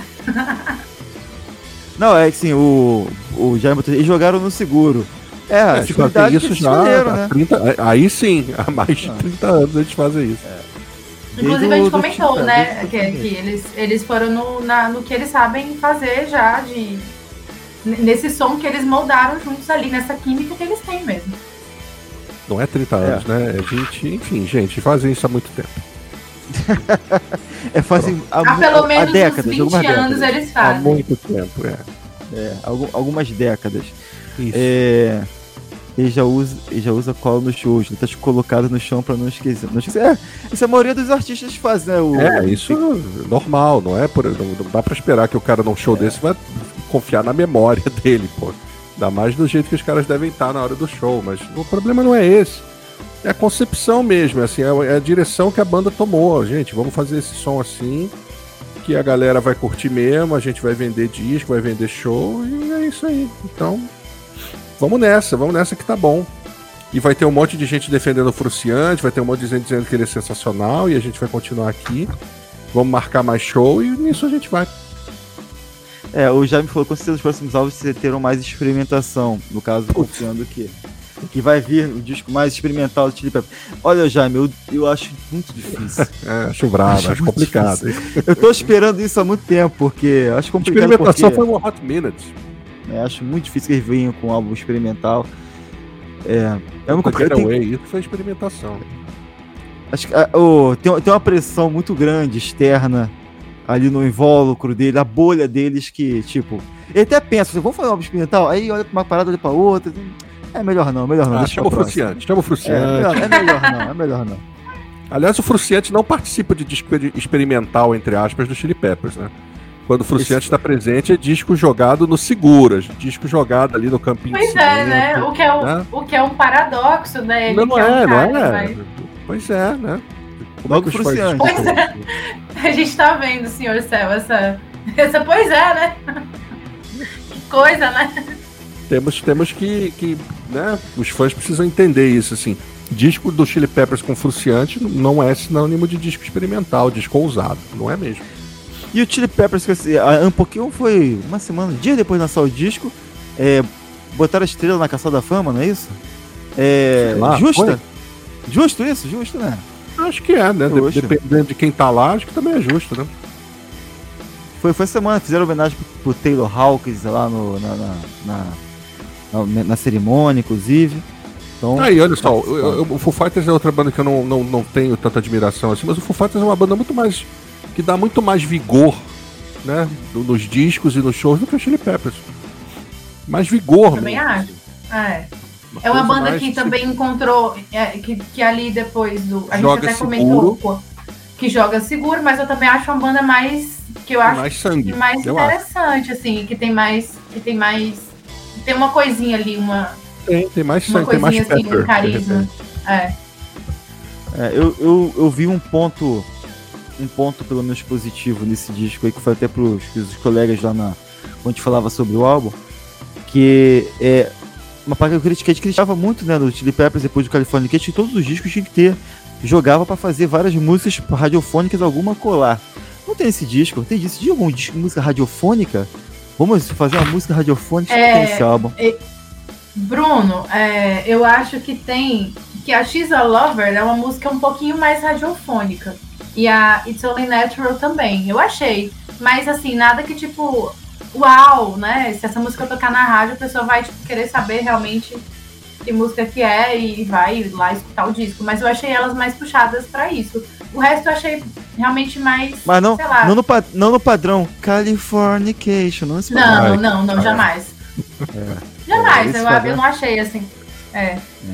Não, é que sim, o, o Jaime, eles jogaram no seguro. É, a é, seguridade isso que já escolheram, há né? trinta, aí sim, há mais de trinta anos eles fazem isso. É. Inclusive a gente comentou, do, né, do, que, que eles, eles foram no, na, no que eles sabem fazer já, de, nesse som que eles moldaram juntos ali, nessa química que eles têm mesmo. Não é trinta anos, é. né? É vinte, enfim, gente, fazem isso há muito tempo. é, fazem há, há pelo menos há décadas, uns vinte anos décadas. eles fazem. Há muito tempo, é. É, algumas décadas. Isso. É, ele já usa, ele já usa cola no show, ele tá colocado no chão pra não esquecer. Não esquecer. É, isso a maioria dos artistas faz, né? O, é, isso é normal, não é? Por, não, não dá pra esperar que o cara num show é. desse vai confiar na memória dele, pô. Ainda mais do jeito que os caras devem estar na hora do show, mas o problema não é esse. É a concepção mesmo, assim, é a direção que a banda tomou. Gente, vamos fazer esse som assim, que a galera vai curtir mesmo, a gente vai vender disco, vai vender show, e é isso aí. Então, vamos nessa, vamos nessa que tá bom. E vai ter um monte de gente defendendo o Frusciante, vai ter um monte de gente dizendo que ele é sensacional, e a gente vai continuar aqui. Vamos marcar mais show, e nisso a gente vai. É, o Jaime falou que com certeza os próximos álbuns terão mais experimentação, no caso, confiando que... que vai vir o disco mais experimental do Chili Peppers. Olha, Jaime, eu, eu acho muito difícil. É, acho bravo, acho, acho complicado. Difícil. Eu tô esperando isso há muito tempo, porque acho complicado. A experimentação porque, foi um Hot Minute. É, acho muito difícil que eles venham com um álbum experimental. É, é uma complicado. Tenho... Isso foi experimentação. Acho que oh, tem, tem uma pressão muito grande externa ali no invólucro dele, a bolha deles que, tipo, ele até pensa, vamos fazer um álbum experimental? Aí olha pra uma parada, olha pra outra. É melhor não, melhor não. Ah, chama o Frusciante, chama o Frusciante. É, melhor, é melhor não, é melhor não. Aliás, o Frusciante não participa de disco experimental, entre aspas, do Chili Peppers, né? Quando o Frusciante está presente, é disco jogado no seguras, disco jogado ali no campinho pois de cimento. Pois é, né? O que é, um, né? o que é um paradoxo, né? Ele não, não é, é um não é. Mas... Pois é, né? Como Logo é que Frusciante. Pois é. A gente tá vendo, senhor Céu, essa... essa pois é, né? Que coisa, né? Temos, temos que, que né, os fãs precisam entender isso, assim. Disco do Chili Peppers com Frusciante não é sinônimo de disco experimental, disco ousado, não é mesmo. E o Chili Peppers, um pouquinho foi uma semana, um dia depois de lançar o disco, é, botaram a estrela na Caçada da Fama, não é isso? É, lá, justa? Foi? Justo isso? Justo, né? Acho que é, né? De, dependendo de quem tá lá, acho que também é justo, né? Foi, foi semana, fizeram homenagem pro, pro Taylor Hawkins lá no, na, na, na, na, na cerimônia, inclusive. Então, aí, olha só, o, o, o Foo Fighters é outra banda que eu não, não, não tenho tanta admiração assim, mas o Foo Fighters é uma banda muito mais... que dá muito mais vigor, né? Nos discos e nos shows do que o Chili Peppers. Mais vigor, também acho. É. Uma é uma banda que também encontrou, é, que, que ali depois do... A joga gente até seguro. comentou que joga seguro, mas eu também acho uma banda mais... que eu acho mais sangue, mais interessante, acho. assim, que tem mais... que tem mais... tem uma coisinha ali, uma... Tem, tem mais uma sangue, tem mais assim, pepper, um carisma. É. É, eu, eu, eu vi um ponto... um ponto pelo menos positivo nesse disco aí, que foi até pros, pros colegas lá na... quando a gente falava sobre o álbum, que é uma parte que eu critiquei, a gente criticava muito, né, do Chili Peppers depois do Californication, todos os discos tinha que ter, jogava pra fazer várias músicas radiofônicas, alguma colar. Não tem esse disco, tem disco de algum disco de música radiofônica? Vamos fazer uma música radiofônica é, nesse álbum. É, Bruno, é, eu acho que tem, que a She's a Lover é uma música um pouquinho mais radiofônica. E a It's Only Natural também, eu achei. Mas assim, nada que tipo, uau, né? Se essa música tocar na rádio, a pessoa vai tipo, querer saber realmente que música que é e vai lá escutar o disco. Mas eu achei elas mais puxadas pra isso. O resto eu achei realmente mais, Mas não, sei lá. não, no, não no padrão Californication, não nesse Não, não, não, jamais. É. Jamais, É, eu, padrão. eu não achei assim. É.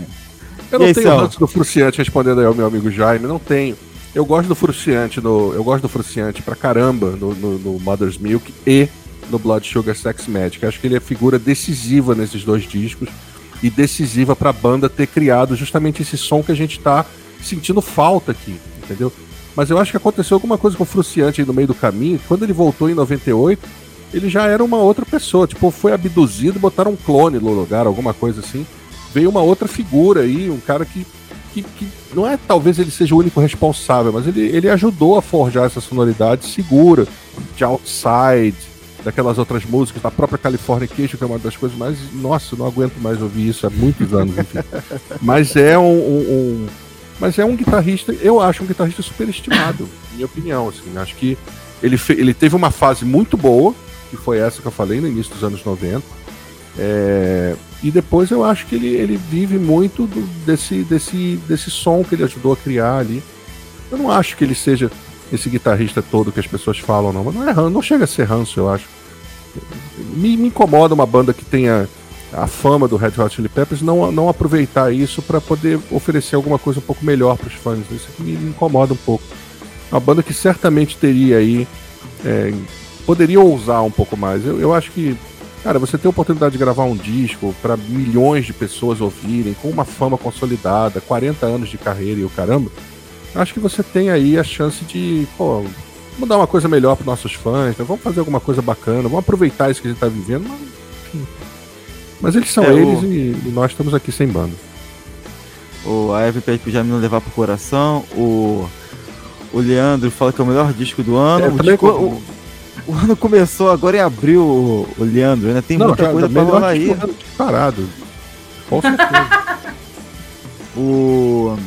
Eu E não aí, tenho Céu? ranço do Fruciante, respondendo aí ao meu amigo Jaime, não tenho. Eu gosto do Fruciante, no, eu gosto do Fruciante pra caramba no, no, no Mother's Milk e no Blood Sugar Sex Magic. Acho que ele é figura decisiva nesses dois discos e decisiva pra banda ter criado justamente esse som que a gente tá sentindo falta aqui, entendeu? Mas eu acho que aconteceu alguma coisa com o Fruciante aí no meio do caminho, que quando ele voltou em noventa e oito, ele já era uma outra pessoa, tipo, foi abduzido, botaram um clone no lugar, alguma coisa assim. Veio uma outra figura aí, um cara que, que, que não é, talvez ele seja o único responsável, mas ele, ele ajudou a forjar essa sonoridade segura, de Outside, daquelas outras músicas, da própria Californication, que é uma das coisas mais... Nossa, eu não aguento mais ouvir isso há muitos anos, enfim. Mas é um, um, um... Mas é um guitarrista, eu acho um guitarrista superestimado, minha opinião, assim. Acho que ele, fe... ele teve uma fase muito boa, que foi essa que eu falei no início dos anos noventa. É... E depois eu acho que ele, ele vive muito do, desse, desse, desse som que ele ajudou a criar ali. Eu não acho que ele seja esse guitarrista todo que as pessoas falam, não. Mas não, é, não chega a ser ranço, eu acho. Me, me incomoda uma banda que tenha a fama do Red Hot Chili Peppers não, não aproveitar isso para poder oferecer alguma coisa um pouco melhor para os fãs. Isso aqui me, me incomoda um pouco. Uma banda que certamente teria aí... É, poderia ousar um pouco mais. Eu, eu acho que, cara, você ter a oportunidade de gravar um disco para milhões de pessoas ouvirem, com uma fama consolidada, quarenta anos de carreira e o caramba, acho que você tem aí a chance de, pô, vamos dar uma coisa melhor para nossos fãs, né? Vamos fazer alguma coisa bacana, vamos aproveitar isso que a gente tá vivendo, mas, enfim. Mas eles são É, eles o... e, e nós estamos aqui sem banda. O, a Eve pede pro Jaime não levar pro coração. O, o Leandro fala que é o melhor disco do ano. É, o, também disco, com- o, o ano começou agora em abril, o, o Leandro. Ainda tem muita já- coisa já pra melhor rolar aí. disco disparado. Com certeza. O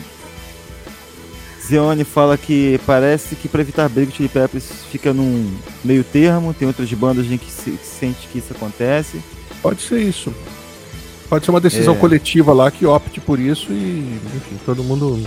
Zione fala que parece que para evitar briga o Chili Peppers fica num meio termo. Tem outras bandas em que se que sente que isso acontece. Pode ser isso. Pode ser uma decisão É. coletiva lá que opte por isso e, enfim, todo mundo...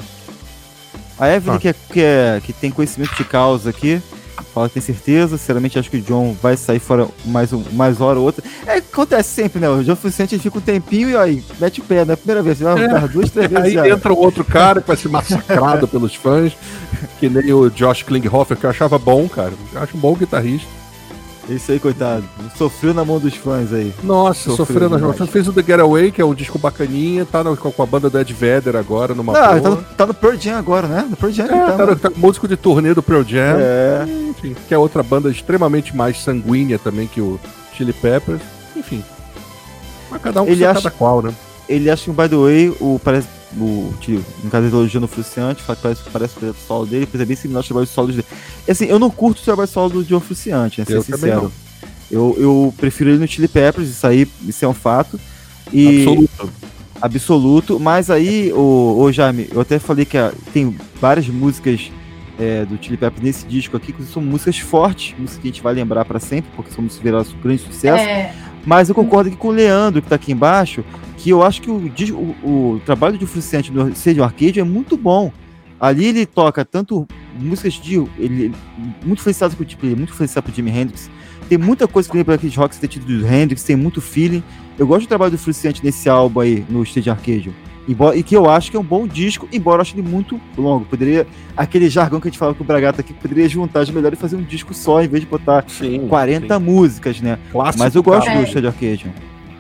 A Evelyn, Ah. que, é, que, é, que tem conhecimento de causa aqui, fala que tem certeza. Sinceramente, acho que o John vai sair fora mais, um, mais hora ou outra. É, acontece sempre, né? O John Frusciante ele fica um tempinho e aí, mete o pé, né? Primeira vez, vai É. duas, três vezes Aí já. entra um outro cara que vai ser massacrado pelos fãs, que nem o Josh Klinghoffer, que eu achava bom, cara. Eu acho um bom guitarrista. Isso aí, coitado. Sofreu na mão dos fãs aí. Nossa, Sofreu sofreu nas demais. mãos. Fez o The Getaway, que é um disco bacaninha, tá no- com a banda do Ed Vedder agora, numa Não, boa. tá no, tá no Pearl Jam agora, né? No Pearl Jam É, ele tá, tá, né? no- tá músico de turnê do Pearl Jam, É. enfim, que é outra banda extremamente mais sanguínea também que o Chili Peppers, enfim. Mas cada um Ele com seu acha- cada qual, né? Ele acha que, by the way, o, parece, o tio, no caso ele elogiando o Fruciante, fala que parece, parece o projeto solo dele, pois é bem similar ao trabalho solo dele. E, assim, eu não curto o trabalho solo do John Fruciante, né? Ser Eu também sincero. não. Eu, eu prefiro ele no Chili Peppers, isso aí, isso é um fato. E, Absoluto. absoluto. Mas aí, o, o Jaime, eu até falei que ah, tem várias músicas é, do Chili Peppers nesse disco aqui, que são músicas fortes, músicas que a gente vai lembrar pra sempre, porque são músicas que viraram um grande sucesso. É, Mas eu concordo aqui com o Leandro, que tá aqui embaixo, que eu acho que o, disco- o, o trabalho de Fruciante no Stadium Arcade é muito bom. Ali ele toca tanto músicas de... Ele, muito influenciado por, tipo, ele é muito influenciado por Jimi Hendrix. Tem muita coisa que lembra aqueles rocks que tem tido do Hendrix, tem muito feeling. Eu gosto do trabalho do Fruciante nesse álbum aí, no Stadium Arcade. Embora, e que eu acho que é um bom disco, embora eu ache ele muito longo. Poderia, aquele jargão que a gente falava com o Bragata aqui, poderia juntar as melhores e fazer um disco só, em vez de botar Sim, quarenta músicas, né? Clássico, Mas eu gosto cara. do Stadium Arcade.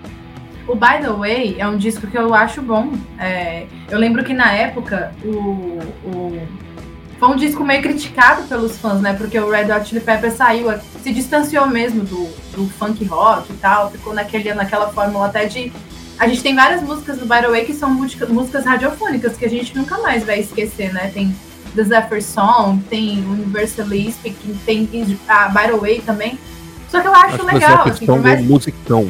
o By The Way é um disco que eu acho bom. É, eu lembro que na época o, o- foi um disco meio criticado pelos fãs, né? Porque o Red Hot Chili Peppers saiu, se distanciou mesmo do, do funk rock e tal, ficou naquele, naquela fórmula até de... A gente tem várias músicas do By The Way que são música- músicas radiofônicas que a gente nunca mais vai esquecer, né? Tem The Zephyr Song, tem Universalistic, tem a By The Way também. Só que eu acho, Acho que legal, você assim, é por mais um musicão.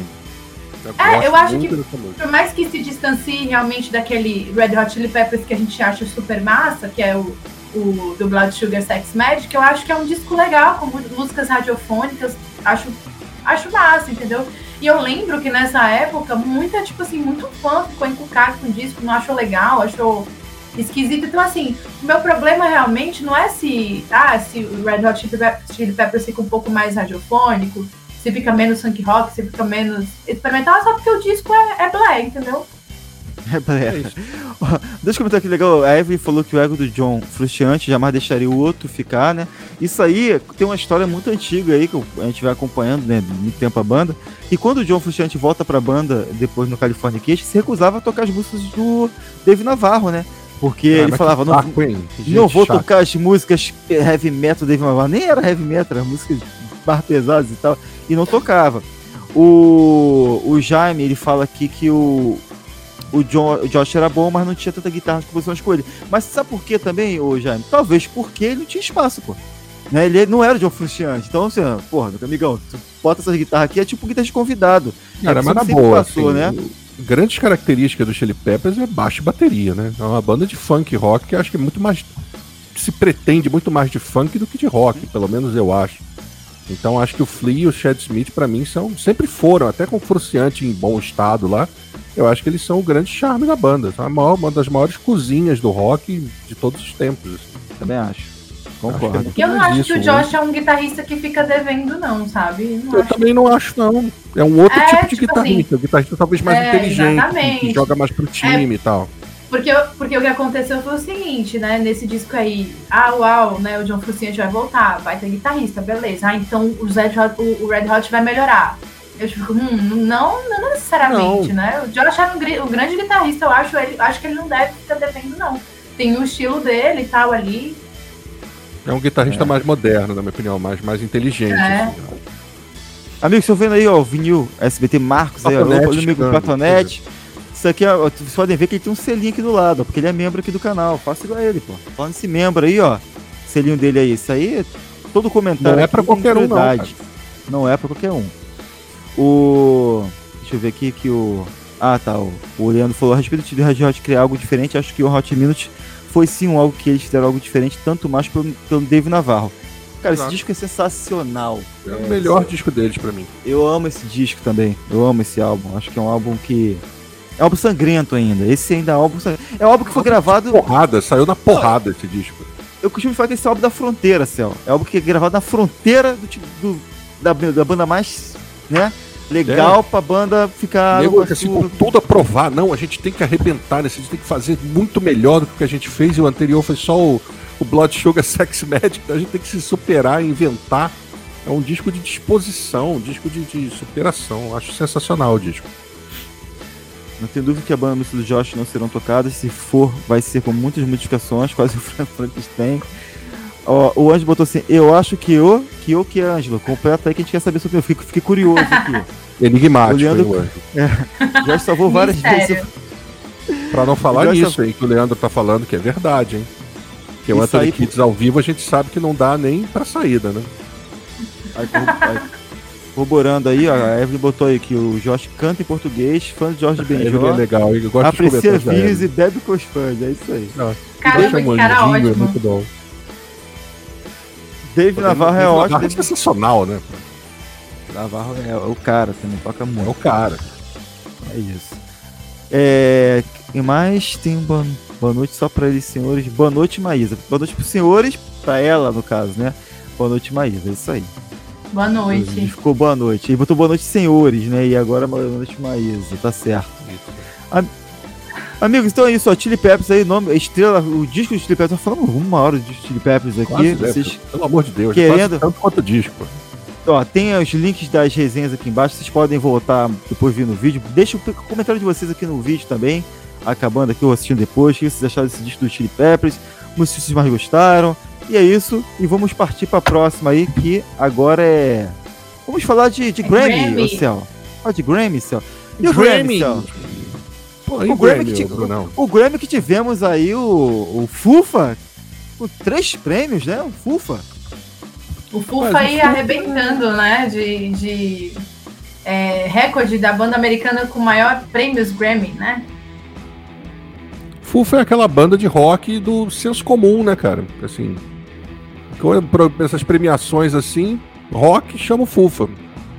É, gosto eu acho muito que- dessa música. Por mais que se distancie realmente daquele Red Hot Chili Peppers que a gente acha super massa, que é o, o do Blood Sugar Sex Magic, eu acho que é um disco legal, com mu- músicas radiofônicas, acho, acho massa, entendeu? E eu lembro que nessa época, muita, tipo assim, muito fã ficou encucado com o disco, não achou legal, achou esquisito. Então, assim, o meu problema realmente não é se, ah, se o Red Hot Chili Peppers fica um pouco mais radiofônico, se fica menos funk rock, se fica menos experimental, só porque o disco é, é black, entendeu? É black. Deixa eu comentar aqui legal. A Evelyn falou que o ego do John Frusciante jamais deixaria o outro ficar, né? Isso aí tem uma história muito antiga aí, que a gente vai acompanhando, né, muito tempo a banda. E quando o John Frusciante volta pra banda, depois no Californication, se recusava a tocar as músicas do Dave Navarro, né? Porque ah, ele falava, não, saco, não vou chato. tocar as músicas heavy metal do Dave Navarro. Nem era heavy metal, era músicas mais pesadas e tal. E não tocava. O, o Jaime, ele fala aqui que o O, John, o Josh era bom, mas não tinha tanta guitarra de composições com ele. Mas sabe por quê também, ô Jaime? Talvez porque ele não tinha espaço, pô. Né? Ele não era o John Frusciante. Então, assim, porra, meu amigão, tu bota essa guitarra aqui, é tipo guitarra de convidado. Cara, é, mas na boa, passou, assim, né? Grandes características do Chili Peppers é baixo e bateria, né? É uma banda de funk rock que acho que é muito mais... se pretende muito mais de funk do que de rock, pelo menos eu acho. Então acho que o Flea e o Chad Smith, pra mim, são, sempre foram, até com o Frusciante em bom estado lá, eu acho que eles são o grande charme da banda. São a maior, uma das maiores cozinhas do rock de todos os tempos. Assim. Também acho. Concordo. Acho que é eu não acho isso, que o Josh né? é um guitarrista que fica devendo, não, sabe? Não eu acho também que... não acho, não. É um outro é, tipo de tipo guitarrista. Assim, o guitarrista talvez mais é, inteligente, que, que joga mais pro time é, e tal. Porque, porque o que aconteceu foi o seguinte, né? Nesse disco aí, ah, uau, né? O John Frusciante vai voltar, vai ter guitarrista, beleza. Ah, então o Red Hot, o, o Red Hot vai melhorar. Eu fico, hum, não, não necessariamente, não. né? O Josh era um, um grande guitarrista, eu acho, ele, acho que ele não deve ficar devendo, não. Tem o estilo dele e tal ali. É um guitarrista é. mais moderno, na minha opinião, mais, mais inteligente. É. Assim, amigo, vocês estão vendo aí, ó, o vinil S B T Marcos, aí, ó, o amigo Platonete. Isso aqui, ó, vocês podem ver que ele tem um selinho aqui do lado, ó, porque ele é membro aqui do canal. Faça igual a ele, pô. Falando esse membro aí, ó, selinho dele aí. Isso aí, todo comentário. Não é pra qualquer um, não. Não é pra qualquer um. O. Deixa eu ver aqui que o. Ah, tá. O, o Leandro falou a respeito do Red Hot criar algo diferente. Acho que o Hot Minute foi sim um algo que eles fizeram algo diferente, tanto mais pelo, pelo Dave Navarro. Cara, Exato. Esse disco é sensacional. É, é o melhor esse... disco deles pra mim. Eu amo esse disco também. Eu amo esse álbum. Acho que é um álbum que. É um álbum sangrento ainda. Esse ainda é um álbum sangrento. É um álbum que foi gravado. Porrada, saiu na porrada esse disco. Eu costumo falar que esse é o álbum da fronteira, Céu. É um álbum que é gravado na fronteira do, do, da, da banda mais. Né? Legal é. pra banda ficar. Nego, assim, com tudo a provar. Não, a gente tem que arrebentar nesse, a gente tem que fazer muito melhor do que o que a gente fez. E o anterior foi só o, o Blood Sugar Sex Magic. Então a gente tem que se superar, inventar. É um disco de disposição, um disco de, de superação. Acho sensacional o disco. Não tem dúvida que a banda do Josh não serão tocadas. Se for, vai ser com muitas modificações, quase o Frankenstein. Ó, o Ângelo botou assim, eu acho que o que o que é Ângelo, completa aí que a gente quer saber sobre o fico, fiquei curioso aqui. Enigmático, o Leandro, é, já salvou várias vezes. Pra não falar nisso salvou... aí que o Leandro tá falando, que é verdade, hein? Porque o Anthony Kiedis ao vivo a gente sabe que não dá nem pra saída, né? Aí, aí, corroborando aí, ó, a Evelyn botou aí que o Josh canta em português, fã de Jorge Benjor. É legal, eu gosto aprecia vinhos e bebe com os fãs, é isso aí. Caramba, que cara ótimo. É muito bom. Dave Navarro é ótimo. Navarro é sensacional, né? Navarro é o cara também, toca muito. É o cara. É isso. É, e mais tem um boa, boa noite só pra eles, senhores. Boa noite, Maísa. Boa noite pros senhores, pra ela, no caso, né? Boa noite, Maísa, é isso aí. Boa noite. Ele ficou boa noite. Ele botou boa noite, senhores, né? E agora boa noite, Maísa, tá certo. Am... Amigos, então é isso, ó, Chili Peppers aí, nome, estrela, o disco do Chili Peppers, tá falando uma hora de Chili Peppers aqui. Quase, vocês, é, pelo amor de Deus, querendo... tanto quanto o disco. Ó, tem os links das resenhas aqui embaixo, vocês podem voltar depois vir no vídeo. Deixa o comentário de vocês aqui no vídeo também, acabando aqui ou assistindo depois, o que vocês acharam desse disco do Chili Peppers, como vocês mais gostaram. E é isso, e vamos partir pra próxima aí, que agora é... Vamos falar de, de é Grammy, Grammy. Ô, Céu. Fala de Grammy, Céu. E o Grammy, Céu? Pô, o, Grammy que, o, o Grammy que tivemos aí, o, o Fufa, com três prêmios, né? O Fufa. O Fufa aí Fufa... arrebentando, né? De, de é, recorde da banda americana com maior prêmios Grammy, né? Fufa é aquela banda de rock do senso comum, né, cara? Assim, essas premiações assim, rock chama o Fufa.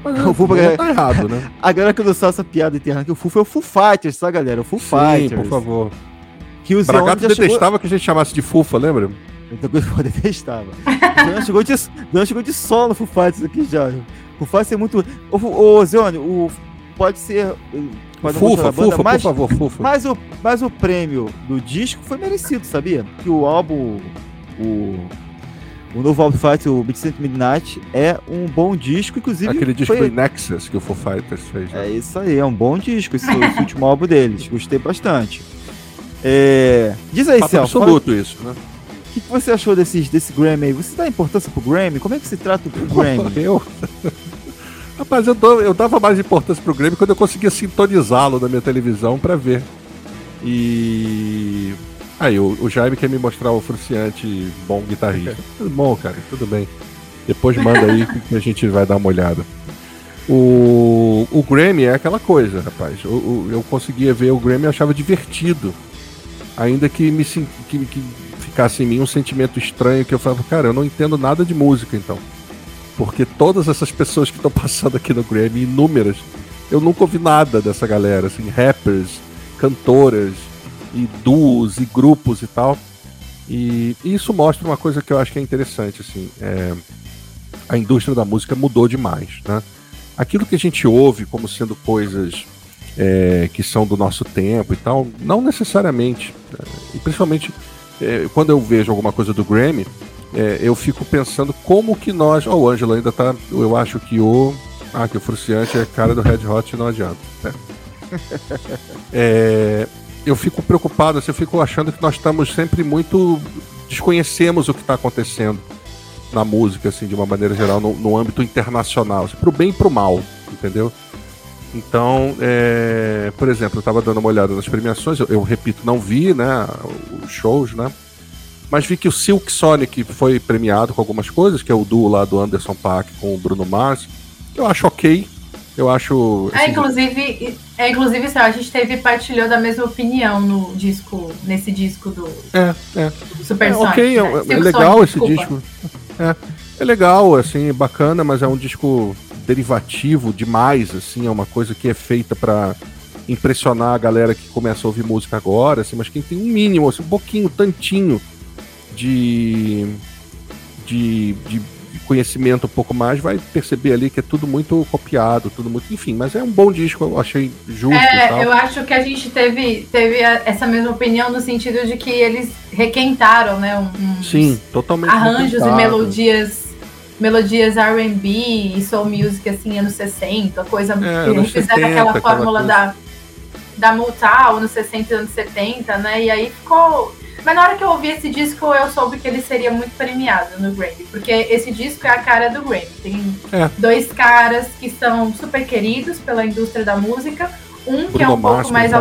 Mas o Foo não tá errado, né? A galera que não sabe essa piada interna, que o Foo foi o Foo Fighters, tá, galera? O Foo Sim, Fighters. por favor. Que o Bragato já detestava chegou... que a gente chamasse de Fufa, lembra? Muita coisa que eu detestava. O Zeone chegou, de... chegou de solo Foo Fighters aqui já. O Foo Fighters é muito... Ô, ô Zeone, o... pode ser... Pode Fufa, banda, Fufa, mas... por favor, Fufa. Mas o... mas o prêmio do disco foi merecido, sabia? Que o álbum... O... O novo álbum do Foo Fighters, o Midnight Midnight, é um bom disco, inclusive... Aquele disco foi... do Nexus que o Foo Fighters fez. Né? É isso aí, é um bom disco esse, esse último álbum deles. Gostei bastante. É... Diz aí, Céu. Absoluto fala... isso, né? O que, que você achou desses, desse Grammy aí? Você dá importância pro Grammy? Como é que se trata o Grammy? Eu... Rapaz, eu, dou, eu dava mais importância pro Grammy quando eu conseguia sintonizá-lo na minha televisão pra ver. E... Aí, o, o Jaime quer me mostrar o Fruciante bom guitarrista. Tudo bom, cara, tudo bem. Depois manda aí que a gente vai dar uma olhada. O, o Grammy é aquela coisa, rapaz. Eu, eu, eu conseguia ver o Grammy e achava divertido. Ainda que me que, que ficasse em mim um sentimento estranho, que eu falava, cara, eu não entendo nada de música, então. Porque todas essas pessoas que estão passando aqui no Grammy, inúmeras, eu nunca ouvi nada dessa galera, assim, rappers, cantoras, e duos, e grupos e tal. E, e isso mostra uma coisa que eu acho que é interessante, assim, é, a indústria da música mudou demais, né? Aquilo que a gente ouve como sendo coisas é, que são do nosso tempo e tal, não necessariamente, né? E principalmente é, quando eu vejo alguma coisa do Grammy, é, eu fico pensando como que nós... Ó, oh, o Ângelo ainda tá... Eu acho que o... Ah, que o Fruciante é cara do Red Hot, não adianta. É. é, eu fico preocupado, assim, eu fico achando que nós estamos sempre muito... Desconhecemos o que está acontecendo na música, assim, de uma maneira geral, no, no âmbito internacional, assim, pro bem e pro mal, entendeu? Então, é, por exemplo, eu estava dando uma olhada nas premiações, eu, eu repito, não vi, né, os shows, né, mas vi que o Silk Sonic foi premiado com algumas coisas, que é o duo lá do Anderson .Paak com o Bruno Mars. Eu acho ok, eu acho... É, inclusive, é, inclusive a gente teve, partilhou da mesma opinião no disco, nesse disco do é, é. Super é, Sonic. Ok, né? é, é legal Sonic, esse desculpa. disco. É, é legal, assim, bacana, mas é um disco derivativo demais, assim, é uma coisa que é feita pra impressionar a galera que começa a ouvir música agora, assim, mas quem tem um mínimo, assim, um pouquinho, tantinho de, de, de conhecimento um pouco mais, vai perceber ali que é tudo muito copiado, tudo muito, enfim, mas é um bom disco, eu achei justo é, e tal. Eu acho que a gente teve, teve essa mesma opinião no sentido de que eles requentaram, né, um, Sim, totalmente arranjos e melodias melodias R and B e soul music, assim, anos sessenta, coisa é, que eles fizeram aquela fórmula aquela da, da Motown, anos sessenta e anos setenta, né, e aí ficou... Mas na hora que eu ouvi esse disco, eu soube que ele seria muito premiado no Grammy, porque esse disco é a cara do Grammy. Tem é. dois caras que são super queridos pela indústria da música, um Bruno que é um Mars, pouco mais...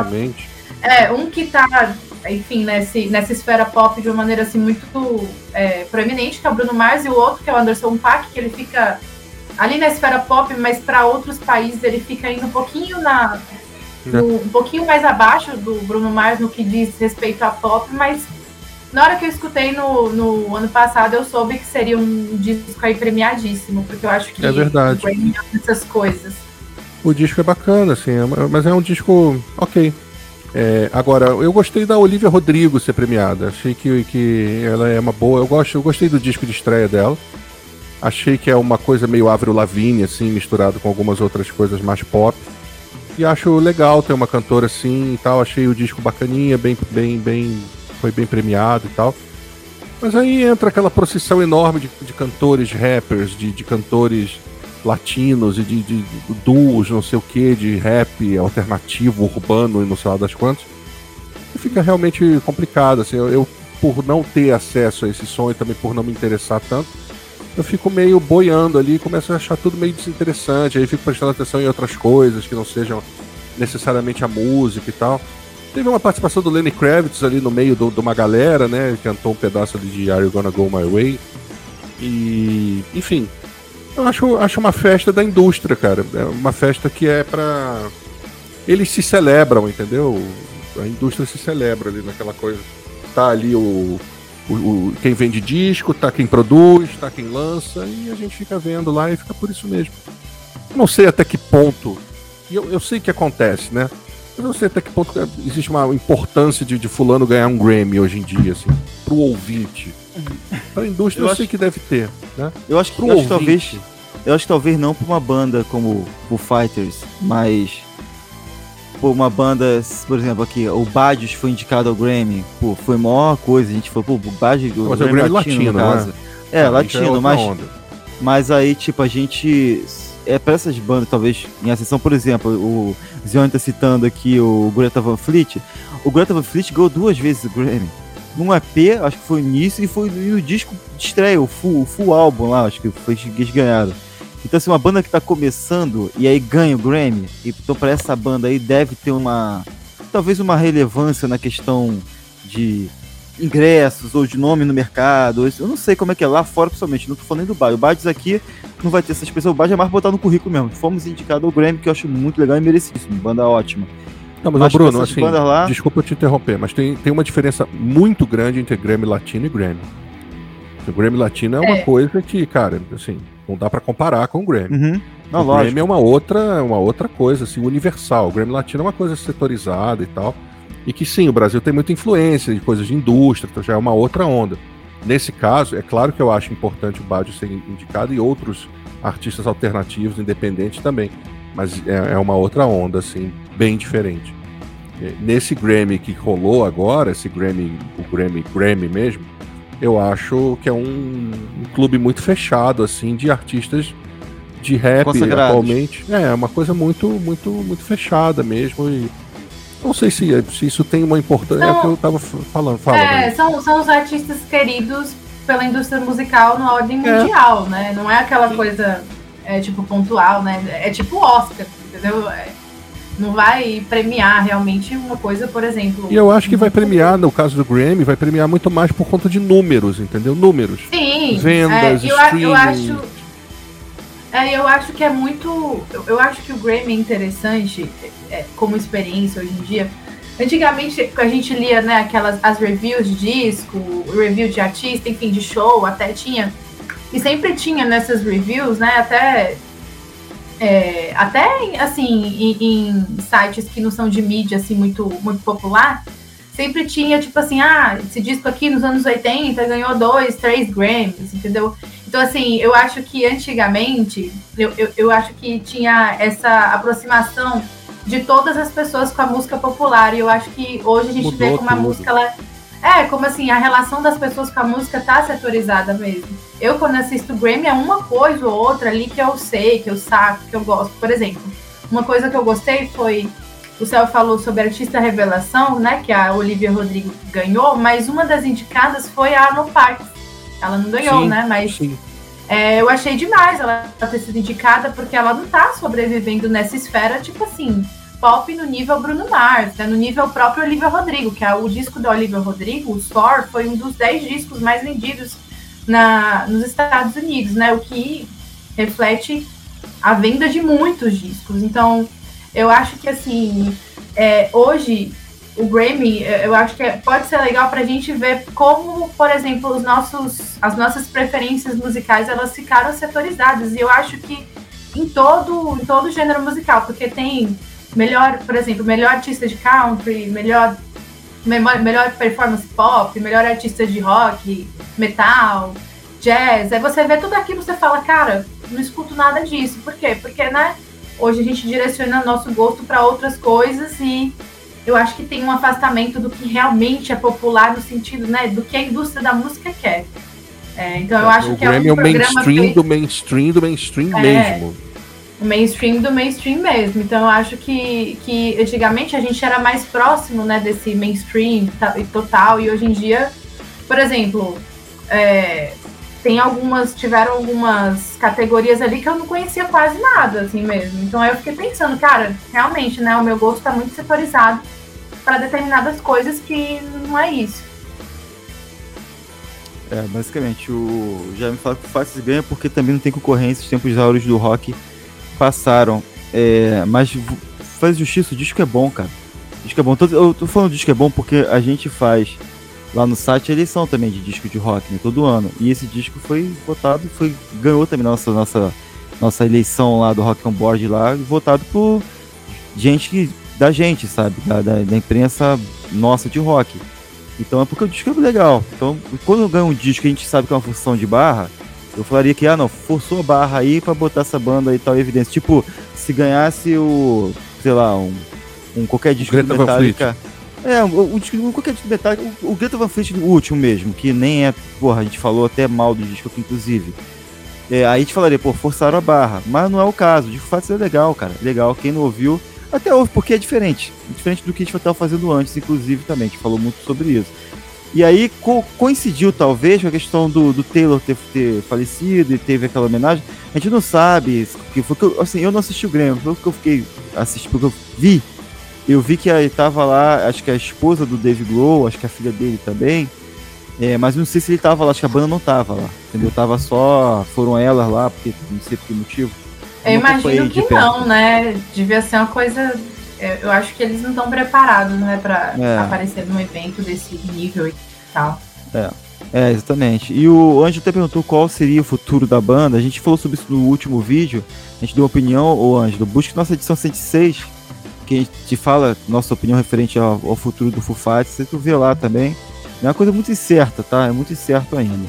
É, um que tá... enfim, nesse, nessa esfera pop de uma maneira assim muito é, proeminente, que é o Bruno Mars, e o outro que é o Anderson .Paak, que ele fica ali na esfera pop, mas para outros países ele fica indo um pouquinho na no, um pouquinho mais abaixo do Bruno Mars no que diz respeito a pop, mas na hora que eu escutei no, no ano passado eu soube que seria um disco aí premiadíssimo, porque eu acho que é verdade. essas coisas. O disco é bacana, assim, mas é um disco ok. É, agora, eu gostei da Olivia Rodrigo ser premiada. Achei que, que ela é uma boa. Eu, gosto, eu gostei do disco de estreia dela. Achei que é uma coisa meio Avril Lavigne, assim, misturado com algumas outras coisas mais pop. E acho legal ter uma cantora assim e tal. Achei o disco bacaninha, bem, bem, bem, foi bem premiado e tal. Mas aí entra aquela procissão enorme de, de cantores rappers, de, de cantores latinos e de, de, de duos, não sei o que, de rap alternativo, urbano e não sei lá das quantas. E fica realmente complicado, assim, eu, eu por não ter acesso a esse som e também por não me interessar tanto, eu fico meio boiando ali e começo a achar tudo meio desinteressante, aí fico prestando atenção em outras coisas que não sejam necessariamente a música e tal. Teve uma participação do Lenny Kravitz ali no meio de uma galera, né, cantou um pedaço ali de Are You Gonna Go My Way? E, enfim, eu acho, acho uma festa da indústria, cara. É uma festa que é pra... Eles se celebram, entendeu? A indústria se celebra ali naquela coisa. Tá ali o, o, o quem vende disco, tá quem produz, tá quem lança, e a gente fica vendo lá e fica por isso mesmo. não sei até que ponto, e eu, eu sei que acontece, né? Eu não sei até que ponto existe uma importância de, de fulano ganhar um Grammy hoje em dia, assim, pro ouvinte. Pra indústria eu, eu sei que deve ter, né? Eu acho que, eu acho que talvez. Eu acho que talvez não pra uma banda como o Fighters, mas. Pô, uma banda, por exemplo, aqui, o Badios foi indicado ao Grammy, pô, foi a maior coisa, a gente foi, pô, o Badios, o mas Grammy, é o Grammy latino, latino, no caso. né? É, ah, latino, é mas. Onda. Mas aí, tipo, a gente. É pra essas bandas, talvez, em exceção, por exemplo, o Zion tá citando aqui o Greta Van Fleet. O Greta Van Fleet ganhou duas vezes o Grammy. Num E P, acho que foi nisso, e foi no disco de estreia, o full, o full álbum lá, acho que foi que eles ganharam. Então, assim, uma banda que tá começando e aí ganha o Grammy, então pra essa banda aí deve ter uma. Talvez uma relevância na questão de ingressos ou de nome no mercado. Eu não sei como é que é lá fora, principalmente. Não tô falando nem do Badios. O Badios aqui não vai ter essa expressão. O Badios é mais botar no currículo mesmo. Fomos indicados ao Grammy, que eu acho muito legal e merecidíssimo. Banda ótima. Não, mas, mas Bruno, assim, lá... desculpa te interromper, mas tem, tem uma diferença muito grande entre Grammy Latino e Grammy. O Grammy Latino é uma é. coisa que, cara, assim, não dá pra comparar com o Grammy. Uhum. Não, o lógico. Grammy é uma outra, uma outra coisa, assim, universal. O Grammy Latino é uma coisa setorizada e tal. E que sim, o Brasil tem muita influência de coisas de indústria, então já é uma outra onda. Nesse caso, é claro que eu acho importante o Badios ser indicado e outros artistas alternativos, independentes também. Mas é, é uma outra onda, assim, bem diferente. Nesse Grammy que rolou agora, esse Grammy, o Grammy, Grammy mesmo, eu acho que é um, um clube muito fechado, assim, de artistas de rap atualmente. É, uma coisa muito, muito, muito fechada mesmo. E não sei se, se isso tem uma importância. São, é o que eu tava falando. Fala, é, são, são os artistas queridos pela indústria musical na ordem mundial, é. né? Não é aquela Sim. coisa, é, tipo, pontual, né? É tipo Oscar, entendeu? É, não vai premiar realmente uma coisa, por exemplo... E eu acho que vai premiar, no caso do Grammy, vai premiar muito mais por conta de números, entendeu? Números. Sim. Vendas, é, eu, streaming... Eu acho, é, eu acho que é muito... Eu, eu acho que o Grammy é interessante, é, como experiência hoje em dia. Antigamente, a gente lia, né, aquelas, as reviews de disco, review de artista, enfim, de show, até tinha... E sempre tinha nessas reviews, né, até... É, até assim em, em sites que não são de mídia assim muito, muito popular, sempre tinha tipo assim, ah, esse disco aqui nos anos oitenta ganhou dois, três Grammys, entendeu? Então assim, eu acho que antigamente eu, eu, eu acho que tinha essa aproximação de todas as pessoas com a música popular, e eu acho que hoje a gente Mudou vê como a tudo. música ela, é, como assim, a relação das pessoas com a música tá setorizada mesmo. Eu, quando assisto Grammy, é uma coisa ou outra ali que eu sei, que eu saco, que eu gosto. Por exemplo, uma coisa que eu gostei foi... O Céu falou sobre a Artista Revelação, né? Que a Olivia Rodrigo ganhou, mas uma das indicadas foi a Arno Parks. Ela não ganhou, sim, né? Mas é, eu achei demais ela ter sido indicada, porque ela não tá sobrevivendo nessa esfera, tipo assim... pop no nível Bruno Mars, né? No nível próprio Olivia Rodrigo, que é o disco da Olivia Rodrigo, o Soar, foi um dos dez discos mais vendidos na, nos Estados Unidos, né? O que reflete a venda de muitos discos. Então, eu acho que, assim, é, hoje, o Grammy, eu acho que pode ser legal pra gente ver como, por exemplo, os nossos, as nossas preferências musicais, elas ficaram setorizadas. E eu acho que em todo, em todo gênero musical, porque tem... melhor, por exemplo, melhor artista de country, melhor, melhor, melhor performance pop, melhor artista de rock, metal, jazz. Aí você vê tudo aquilo e você fala, cara, não escuto nada disso. Por quê? Porque, né, hoje a gente direciona nosso gosto para outras coisas e eu acho que tem um afastamento do que realmente é popular no sentido, né, do que a indústria da música quer. É, então eu acho o que é um Grammy é o mainstream feito... do mainstream do mainstream é. mesmo. O mainstream do mainstream mesmo. Então eu acho que, que antigamente a gente era mais próximo, né, desse mainstream total, e hoje em dia, por exemplo, é, tem algumas, tiveram algumas categorias ali que eu não conhecia quase nada, assim mesmo. Então eu fiquei pensando, cara, realmente, né, o meu gosto está muito setorizado para determinadas coisas que não é isso. É, basicamente, o já me fala que o Faces ganha porque também não tem concorrência, os tempos áureos do rock passaram, é, mas faz justiça, o disco é bom, cara. O disco é bom. Eu tô falando do disco é bom porque a gente faz lá no site a eleição também de disco de rock, né, todo ano. E esse disco foi votado, foi, ganhou também na nossa, nossa, nossa eleição lá do Rock on Board lá, votado por gente que, da gente, sabe? Da, da, da imprensa nossa de rock. Então é porque o disco é legal. Então, quando ganha um disco que a gente sabe que é uma função de barra, eu falaria que, ah, não, forçou a barra aí pra botar essa banda aí e tal, evidência. Tipo, se ganhasse o, sei lá, um, um qualquer disco Greta do Metallica. É, o, o disco, qualquer disco do Metallica, o, o Greta Van Fleet, o último mesmo, que nem é, porra, a gente falou até mal do disco aqui, inclusive. É, aí a gente falaria, pô, forçaram a barra. Mas não é o caso, o disco fato é legal, cara. Legal, quem não ouviu, até ouve, porque é diferente. Diferente do que a gente estava fazendo antes, inclusive, também, a gente falou muito sobre isso. E aí co- coincidiu, talvez, com a questão do, do Taylor ter, ter falecido e teve aquela homenagem. A gente não sabe, porque foi que eu, assim, eu não assisti o Grêmio, foi porque eu fiquei assistindo, porque eu vi. Eu vi que aí tava lá, acho que a esposa do Dave Grohl, acho que a filha dele também. É, mas não sei se ele tava lá, acho que a banda não tava lá. Entendeu? Tava só. Foram elas lá, porque não sei por que motivo. Eu imagino que não, né? Devia ser uma coisa. Eu acho que eles não estão preparados, né, pra é. aparecer num evento desse nível e tal. É, é, exatamente. E o Ângelo até perguntou qual seria o futuro da banda. A gente falou sobre isso no último vídeo. A gente deu uma opinião, ô Ângelo. Busque nossa edição cento e seis, que a gente fala nossa opinião referente ao, ao futuro do Foo Fighters. Você tu vê lá também. É uma coisa muito incerta, tá? É muito incerto ainda.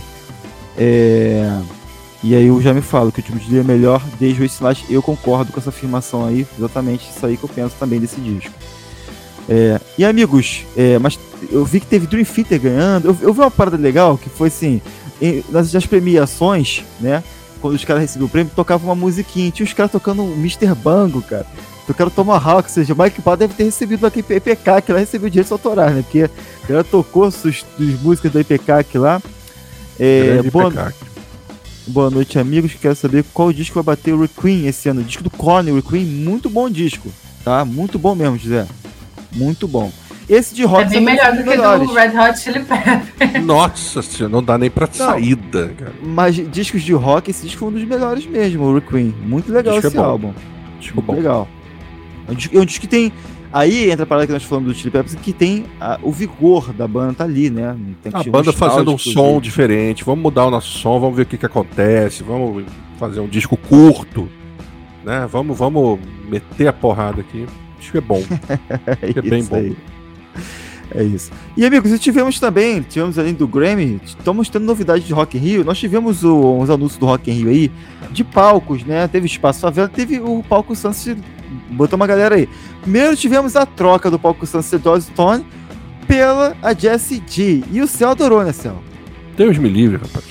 É... E aí eu já me falo que o time de dia é melhor desde o Slash. Eu concordo com essa afirmação aí. Exatamente isso aí que eu penso também desse disco. É... E amigos, é... mas eu vi que teve Dream Theater ganhando. Eu, eu vi uma parada legal que foi assim, em... nas, nas premiações, né? Quando os caras recebiam o prêmio, tocavam uma musiquinha. Tinha os caras tocando o mister Bango, cara. Tocaram Tomahawk, ou seja, o Mike Patton deve ter recebido aqui E P K, que lá recebeu direitos autorais, né? Porque ela tocou suas músicas da E P K aqui lá. É, boa, boa noite, amigos. Quero saber qual disco vai bater o Requiem esse ano. O disco do Korn, o Requiem, muito bom disco, tá? Muito bom mesmo, José. Muito bom. Esse de rock é bem melhor do que melhores. Do Red Hot Chili Peppers. Nossa senhora, não dá nem pra não, saída, cara. Mas discos de rock, esse disco foi um dos melhores mesmo, o Requiem. Muito legal esse é álbum. Disco muito bom. Legal. É um disco, é um disco que tem. Aí entra a parada que nós falamos do Chili Peppers, que tem a, o vigor da banda tá ali, né? Tem a banda fazendo um som diferente. Vamos mudar o nosso som, vamos ver o que, que acontece. Vamos fazer um disco curto, né? Vamos, vamos meter a porrada aqui. O disco é bom. é, é bem bom. Aí. É isso. E amigos, e tivemos também, tivemos além do Grammy, estamos tendo novidades de Rock in Rio. Nós tivemos o, uns anúncios do Rock in Rio aí, de palcos, né? Teve Espaço Favela, teve o palco Sunset, botou uma galera aí. Primeiro tivemos a troca do palco Sunset Joss Stone pela a Jessie J. E o Céu adorou, né, Céu? Deus me livre, rapaz.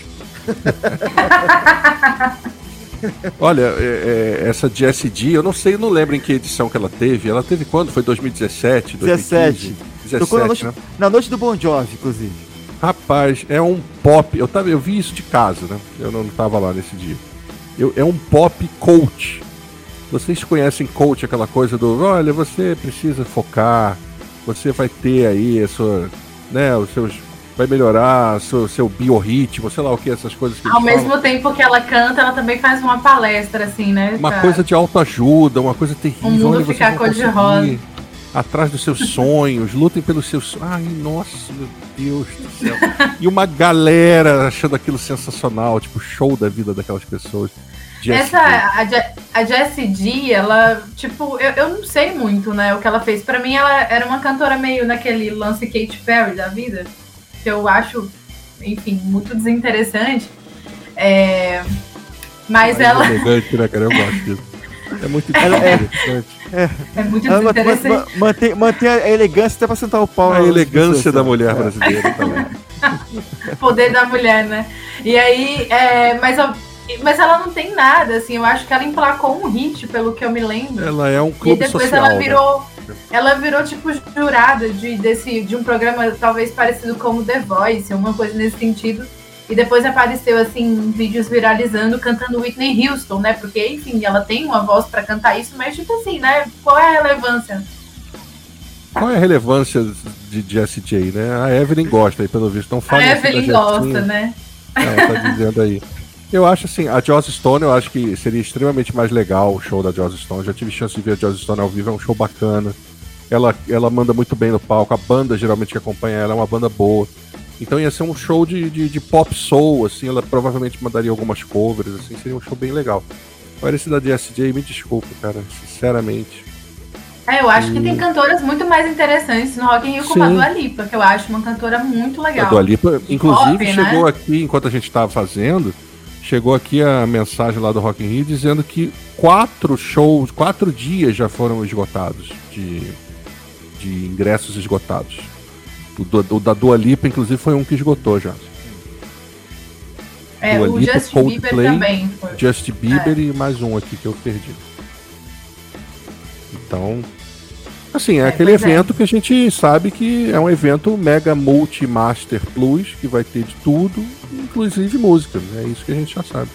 Olha, é, é, essa Jessie J, eu não sei, eu não lembro em que edição que ela teve. Ela teve quando? Foi dois mil e dezessete, dois mil e quinze? dezessete. Tocou na noite, né? Na noite do Bon Jovi, inclusive. Rapaz, é um pop. Eu, tava, eu vi isso de casa, né? Eu não estava lá nesse dia. Eu, é um pop coach. Vocês conhecem coach, aquela coisa do olha, você precisa focar, você vai ter aí a sua, né, os seus, vai melhorar o seu, seu biorritmo, sei lá o que, essas coisas que Ao eles mesmo falam. tempo que ela canta, ela também faz uma palestra, assim, né? Uma pra... coisa de autoajuda, uma coisa terrível. O mundo ficar cor-de-rosa. Atrás dos seus sonhos, lutem pelos seus sonhos. Ai, nossa, meu Deus do céu. E uma galera achando aquilo sensacional, tipo, show da vida daquelas pessoas. Essa, a, Je- a Jessie J, ela, tipo, eu, eu não sei muito, né, o que ela fez. Pra mim, ela era uma cantora meio naquele lance Katy Perry da vida, que eu acho, enfim, muito desinteressante. É... Mas é ela... elegante, né, cara? Eu gosto disso. É muito interessante. É, é muito ela desinteressante. Mantém, mantém a elegância até pra sentar o pau. A elegância da mulher brasileira também. Poder da mulher, né? E aí, é, mas, eu, mas ela não tem nada, assim, eu acho que ela emplacou um hit, pelo que eu me lembro. Ela é um clube social. E depois social, ela virou, né? ela virou, tipo, jurada de, desse, de um programa talvez parecido como The Voice, uma coisa nesse sentido. E depois apareceu, assim, vídeos viralizando, cantando Whitney Houston, né? Porque, enfim, ela tem uma voz pra cantar isso, mas, tipo assim, né? Qual é a relevância? Qual é a relevância de Jessie J, né? A Evelyn gosta aí, pelo visto. Não fala a Evelyn gosta, né? Ela tá dizendo aí. Eu acho assim, a Joss Stone, eu acho que seria extremamente mais legal o show da Joss Stone. Já tive chance de ver a Joss Stone ao vivo, é um show bacana. Ela, ela manda muito bem no palco, a banda geralmente que acompanha ela é uma banda boa. Então ia ser um show de, de, de pop soul, assim, ela provavelmente mandaria algumas covers, assim, seria um show bem legal. Agora esse da Jessie J, me desculpa, cara, sinceramente. É, eu acho e... que tem cantoras muito mais interessantes no Rock in Rio, como Sim. a Dua Lipa, que eu acho uma cantora muito legal. A Dua Lipa, inclusive, pop, chegou né? aqui, enquanto a gente estava fazendo, chegou aqui a mensagem lá do Rock in Rio dizendo que quatro shows, quatro dias já foram esgotados, de, de ingressos esgotados. O, do, o da Dua Lipa, inclusive, foi um que esgotou já. É, Dua o Lipa, Justin Coldplay, Bieber também foi. Justin Bieber é. e mais um aqui que eu perdi. Então, assim, é, é aquele evento é. que a gente sabe que é um evento mega multi-master plus, que vai ter de tudo, inclusive música, né? É isso que a gente já sabe.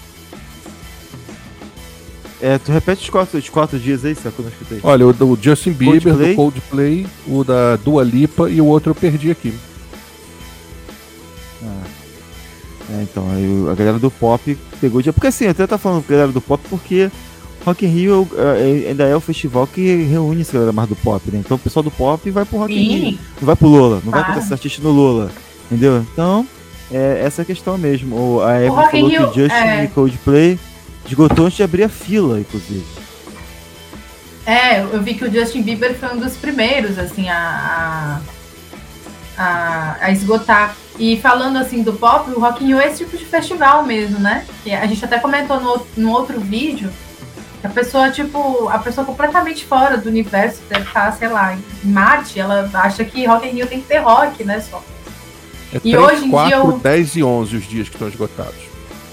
É, tu repete os quatro, os quatro dias aí, sabe? Quando eu escutei. Olha, o do Justin Bieber, Coldplay. do Coldplay, o da Dua Lipa e o outro eu perdi aqui. Ah. É, então, aí a galera do pop pegou o dia. Porque assim, até tá falando com a galera do pop porque Rock in Rio é, ainda é o festival que reúne essa galera mais do pop, né? Então o pessoal do pop vai pro Rock in Rio, não vai pro Lola, não ah. vai com esses artistas no Lola, entendeu? Então, é essa a questão mesmo. O, a Evelyn falou Rio, que o Justin é... e Coldplay esgotou antes de abrir a fila, inclusive. É, eu vi que o Justin Bieber foi um dos primeiros, assim, a, a, a esgotar. E falando, assim, do pop, o Rock in Rio é esse tipo de festival mesmo, né? Que a gente até comentou no, no outro vídeo, que a pessoa, tipo, a pessoa completamente fora do universo, deve estar, sei lá, em Marte, ela acha que Rock in Rio tem que ter rock, né, só. É e três, hoje em quatro, dia... Eu... dez e onze os dias que estão esgotados.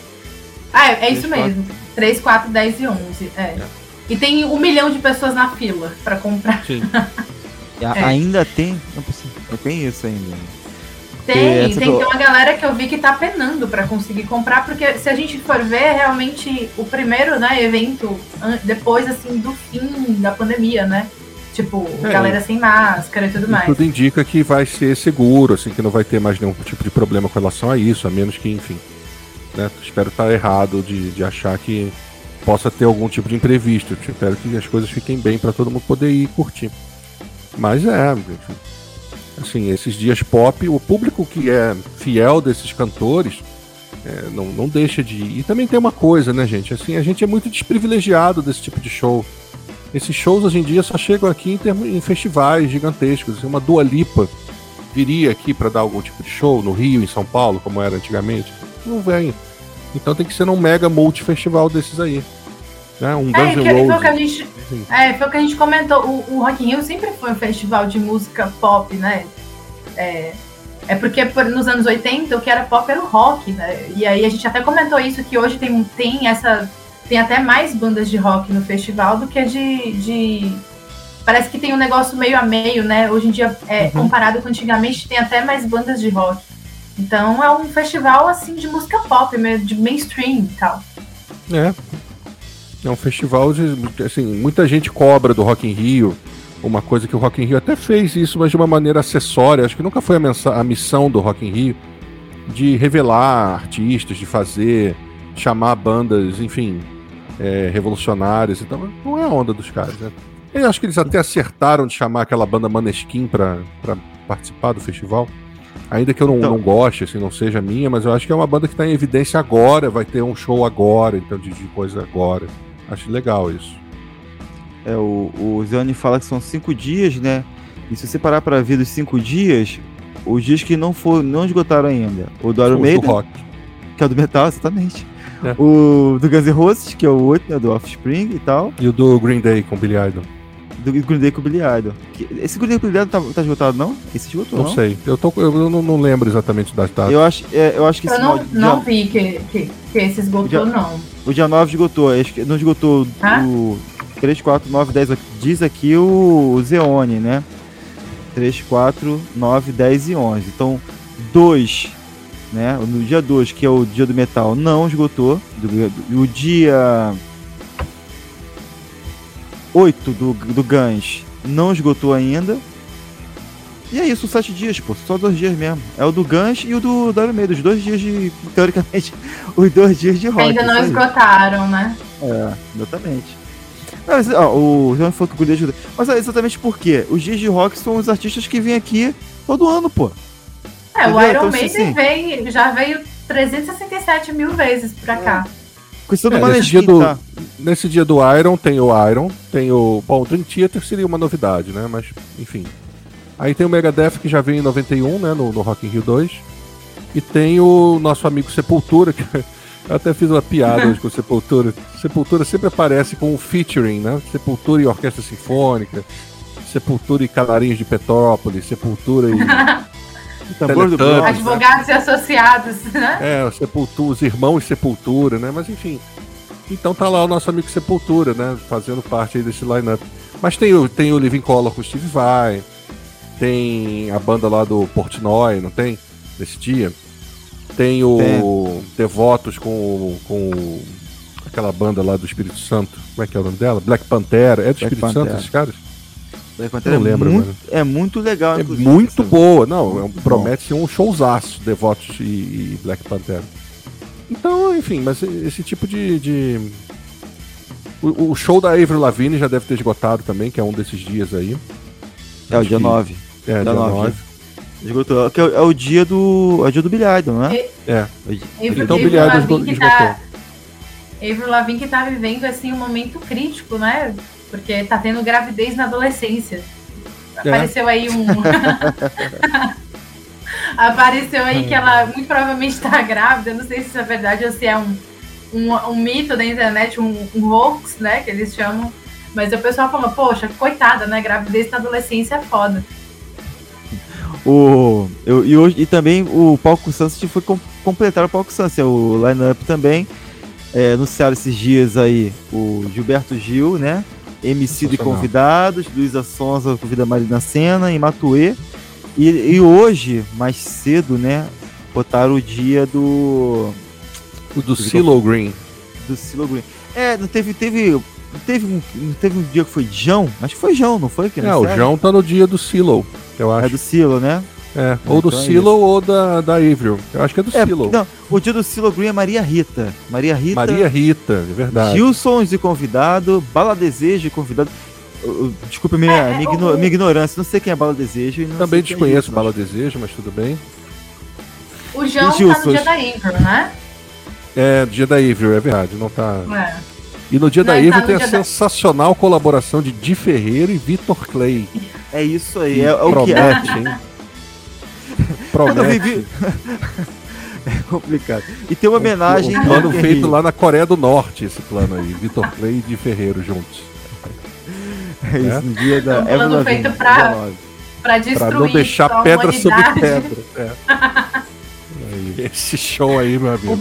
Ah, é, é isso mesmo. três, quatro, dez e onze, é. é. E tem um milhão de pessoas na fila pra comprar. Sim. é. Ainda tem... Não tem isso ainda. Tem, tem, do... tem uma galera que eu vi que tá penando pra conseguir comprar, porque se a gente for ver, é realmente o primeiro, né, evento depois, assim, do fim da pandemia, né? Tipo, é, galera sem máscara e tudo e mais. Tudo indica que vai ser seguro, assim, que não vai ter mais nenhum tipo de problema com relação a isso, a menos que, enfim, né, espero estar errado de, de achar que possa ter algum tipo de imprevisto. Eu espero que as coisas fiquem bem pra todo mundo poder ir curtir. Mas é... Assim, esses dias pop, o público que é fiel desses cantores é, não, não deixa de ir. E também tem uma coisa, né, gente? Assim, a gente é muito desprivilegiado desse tipo de show. Esses shows hoje em dia só chegam aqui em, termos, em festivais gigantescos. Uma Dua Lipa viria aqui para dar algum tipo de show no Rio, em São Paulo, como era antigamente. Não vem. Então tem que ser num mega multifestival desses aí. Né? Um Guns N' Roses. Foi o que a gente, é, foi o que a gente comentou. O, o Rock in Rio sempre foi um festival de música pop, né? É, é porque por, nos anos oitenta o que era pop era o rock, né? E aí a gente até comentou isso, que hoje tem, tem essa. Tem até mais bandas de rock no festival do que de. de parece que tem um negócio meio a meio, né? Hoje em dia, é, uhum. comparado com antigamente, tem até mais bandas de rock. Então é um festival assim de música pop, de mainstream e tal. É. É um festival de, assim, muita gente cobra do Rock in Rio, uma coisa que o Rock in Rio até fez isso, mas de uma maneira acessória. Acho que nunca foi a, mensa- a missão do Rock in Rio de revelar artistas, de fazer, chamar bandas, enfim, é, revolucionárias. Então não é a onda dos caras, né? Eu acho que eles até acertaram de chamar aquela banda Maneskin pra, pra participar do festival. Ainda que eu não, então, não goste, assim, não seja minha, mas eu acho que é uma banda que está em evidência agora, vai ter um show agora, então de, de coisa agora. Acho legal isso. É, o, o Zione fala que são cinco dias, né? E se você parar para ver dos cinco dias, os dias que não, for, não esgotaram ainda. O do Iron Maiden, rock. Que é o do metal, exatamente. É. O do Guns N' Roses, que é o oito, né? Do Offspring e tal. E o do Green Day com o Billy Idol. Do Green Day com o Billy Idol. Esse Green Day com o Billy Idol tá, tá esgotado, não? Esse esgotou, não? Não sei. Eu, tô, eu não, não lembro exatamente das datas. Eu acho, é, eu acho que... Eu não, não dia... vi que, que, que esse esgotou, dia, não. O dia nove esgotou. Não esgotou ah? o três, quatro, nove, dez. Diz aqui o, o Zeone, né? três, quatro, nove, dez e onze. Então, dois, né? No dia dois, que é o dia do metal, não esgotou. Do, o dia... oito do, do Guns não esgotou ainda. E é isso, sete dias, pô. Só dois dias mesmo. É o do Guns e o do Iron Maiden. Os dois dias de, teoricamente, os dois dias de rock. Ainda não esgotaram, né? É, exatamente. Mas, ó, o João falou que o Green Day ajuda. Mas é exatamente por quê? Os dias de rock são os artistas que vêm aqui todo ano, pô. É, entendeu? O Iron então, Maiden assim, veio, já veio trezentos e sessenta e sete mil vezes pra é. cá. Questão do É, nesse, Maneskin, dia do, tá? nesse dia do Iron, tem o Iron, tem o... Bom, o Dream Theater seria uma novidade, né? Mas, enfim. Aí tem o Megadeth, que já veio em noventa e um, né? No, no Rock in Rio dois. E tem o nosso amigo Sepultura, que eu até fiz uma piada hoje com o Sepultura. Sepultura sempre aparece com um featuring, né? Sepultura e Orquestra Sinfônica, Sepultura e Canarinhos de Petrópolis, Sepultura e... Tambor do Teletubbies, Bronx. Advogados e associados, né? É, o Sepultura, os irmãos Sepultura, né? Mas enfim. Então tá lá o nosso amigo Sepultura, né? Fazendo parte aí desse line-up. Mas tem o, tem o Living Colour com o Steve Vai, tem a banda lá do Portnoy, não tem? Nesse dia. Tem o Tem. Devotos com, com aquela banda lá do Espírito Santo. Como é que é o nome dela? Black Pantera. É do Black Espírito Pantera. Santo esses caras? Black Pantera Não lembro, é muito, mano. é muito legal, É inclusive, muito essa- boa. Não, é um- Muito promete ser um showzaço, Devotos e, e Black Panther. Então, enfim, mas esse tipo de... de... O, o show da Avril Lavigne já deve ter esgotado também, que é um desses dias aí. É o Acho dia que- nove. É, Dia dia nove. nove. Esgotou. Que é, o- é o dia do. É o dia do Billy Idol, não é? É. É o dia- Avril- Então, Avril Billy Idol Lavigne esgo- que tá, Avril Lavigne que tá vivendo assim um momento crítico, né? Porque tá tendo gravidez na adolescência. É. Apareceu aí um. Apareceu aí que ela muito provavelmente tá grávida. Não sei se isso é verdade ou se é um, um, um mito da internet, um, um hoax, né? Que eles chamam. Mas o pessoal fala, poxa, coitada, né? Gravidez na adolescência é foda. O, eu, e, hoje, e também o Palco Sunset foi com, completar o Palco Sunset, o line-up também. É, anunciaram esses dias aí o Gilberto Gil, né? M C de Sensacional. convidados, Luísa Sonza convida a Marina Senna em Matuê. E, e hoje, mais cedo, né? Botaram o dia do. O do CeeLo Green. do Silo Green. É, não teve. Teve, não teve, um, não teve um dia que foi João? Acho que foi João, não foi? Que É, o João tá no dia do CeeLo, eu É acho. do Silo, né? É, ou do Então é CeeLo ou da, da Avril. Eu acho que é do É, CeeLo. não, o dia do Silo Green é Maria Rita. Maria Rita. Maria Rita, é verdade. Gilsons de convidado, Bala Desejo de convidado. Eu- eu- Desculpa a minha, É, é, minha, o- igno- minha ignorância, não sei quem é Bala Desejo. E não Também sei quem é desconheço Gilson. Bala Desejo, mas tudo bem. O João E Gilson? tá no dia da Avril, né? É, dia da Avril, é verdade, não tá... É. E no dia Não, da ele Avril tá tem no a dia da- sensacional colaboração de Di Ferreiro e Vitor Clay. É isso aí, é, é o que é. Promete, hein? Eu não vi- Promete. vi- É complicado. E tem uma homenagem. Um ao plano Rock in feito Rio. lá na Coreia do Norte, esse plano aí. Vitor Clay e Di Ferreiro juntos. É isso, no dia da Um plano Avril Lavigne, feito pra- dia nove. Pra destruir Pra não deixar a pedra sobre humanidade. pedra. É. Aí, esse show aí, meu amigo.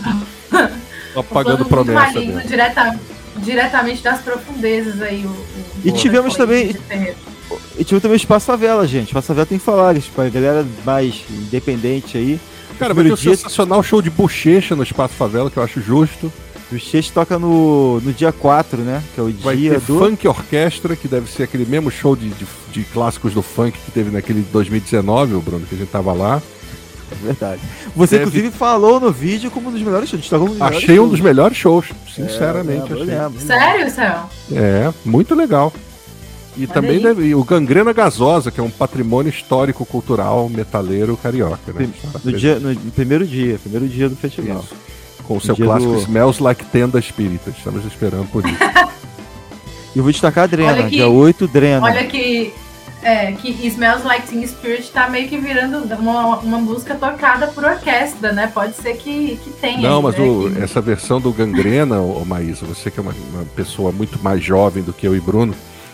Tô Um plano apagando muito promessa maligno, dela. direta, diretamente das profundezas aí. O, o- E o- tivemos o- também- de Ferreira. E tive também o Espaço Favela, gente. Espaço Favela tem que falar, tipo, a galera mais independente aí. Cara, vai ter primeiro um dia- sensacional show de bochecha no Espaço Favela, que eu acho justo. O Chess toca no, no dia quatro, né? Que é o Vai dia ter do. Funk Orquestra, que deve ser aquele mesmo show de, de, de clássicos do funk que teve naquele dois mil e dezenove, o Bruno, que a gente tava lá. É verdade. Você, Deve- inclusive, falou no vídeo como um dos melhores shows. Destacou um dos melhores Achei um shows. dos melhores shows, É, sinceramente. eu achei. lembro. Sério, Céu? É, muito legal. E Olha também aí. deve, e o Gangrena Gasosa, que é um patrimônio histórico-cultural metaleiro carioca, né? No, dia, no, no primeiro dia, primeiro dia do festival. Isso. Com o seu dia clássico do- Smells Like Tenda Espírita. Estamos esperando por isso. E eu vou destacar a Drena, Olha que- dia oito, Drena. Olha que, é, que Smells Like Teen Spirit tá meio que virando uma, uma música tocada por orquestra, né? Pode ser que, que tenha. Não, aí, mas né? o- Que- essa versão do Gangrena, ô Maísa, você que é uma, uma pessoa muito mais jovem do que eu e Bruno,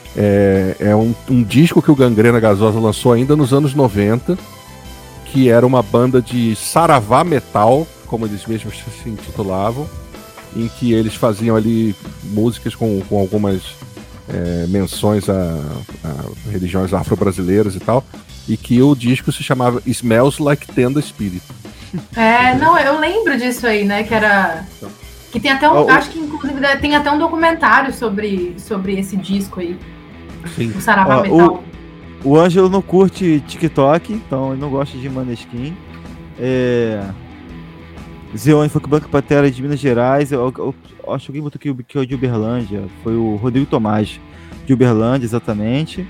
é, é um, um disco que o Gangrena Gasosa lançou ainda nos anos noventa, que era uma banda de saravá metal, como eles mesmos se intitulavam, em que eles faziam ali músicas com, com algumas é, menções a, a religiões afro-brasileiras e tal, e que o disco se chamava Smells Like Tenda Spirit. É, não, eu lembro disso aí, né? Que era. Que tem até um. Ó, o- Acho que inclusive tem até um documentário sobre, sobre esse disco aí, Sim. o Saravá Ó, Metal. O Ângelo não curte TikTok, então ele não gosta de Maneskin. É... Zeon Funk Banco Pantera de Minas Gerais. Eu, eu- eu acho que alguém botou aqui o- que é o de Uberlândia. Foi o Rodrigo Tomás de Uberlândia, exatamente.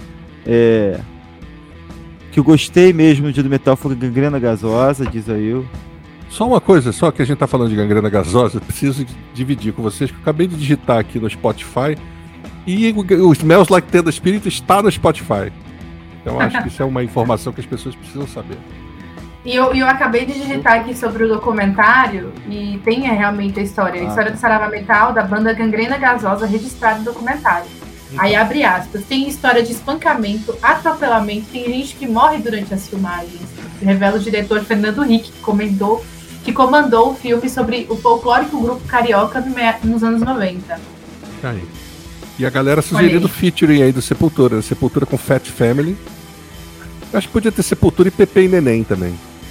É... Que eu gostei mesmo no dia do metal foi Gangrena Gasosa, diz aí eu. Só uma coisa, só que a gente tá falando de gangrena gasosa, eu preciso dividir com vocês, que eu acabei de digitar aqui no Spotify e o Smells Like Teen Spirit está no Spotify. Então acho que isso é uma informação que as pessoas precisam saber. E eu, eu acabei de digitar aqui sobre o documentário e tem realmente a história, a Ah. história do Sarava Metal, da banda Gangrena Gasosa, registrada no documentário. Uhum. Aí abre aspas, tem história de espancamento, atropelamento, tem gente que morre durante as filmagens. Revela o diretor Fernando Henrique, que comentou, que comandou o filme sobre o folclórico grupo carioca no me- nos anos noventa. Aí. E a galera sugerindo featuring aí do Sepultura, Sepultura com Fat Family. Eu acho que podia ter Sepultura e Pepe e Neném também.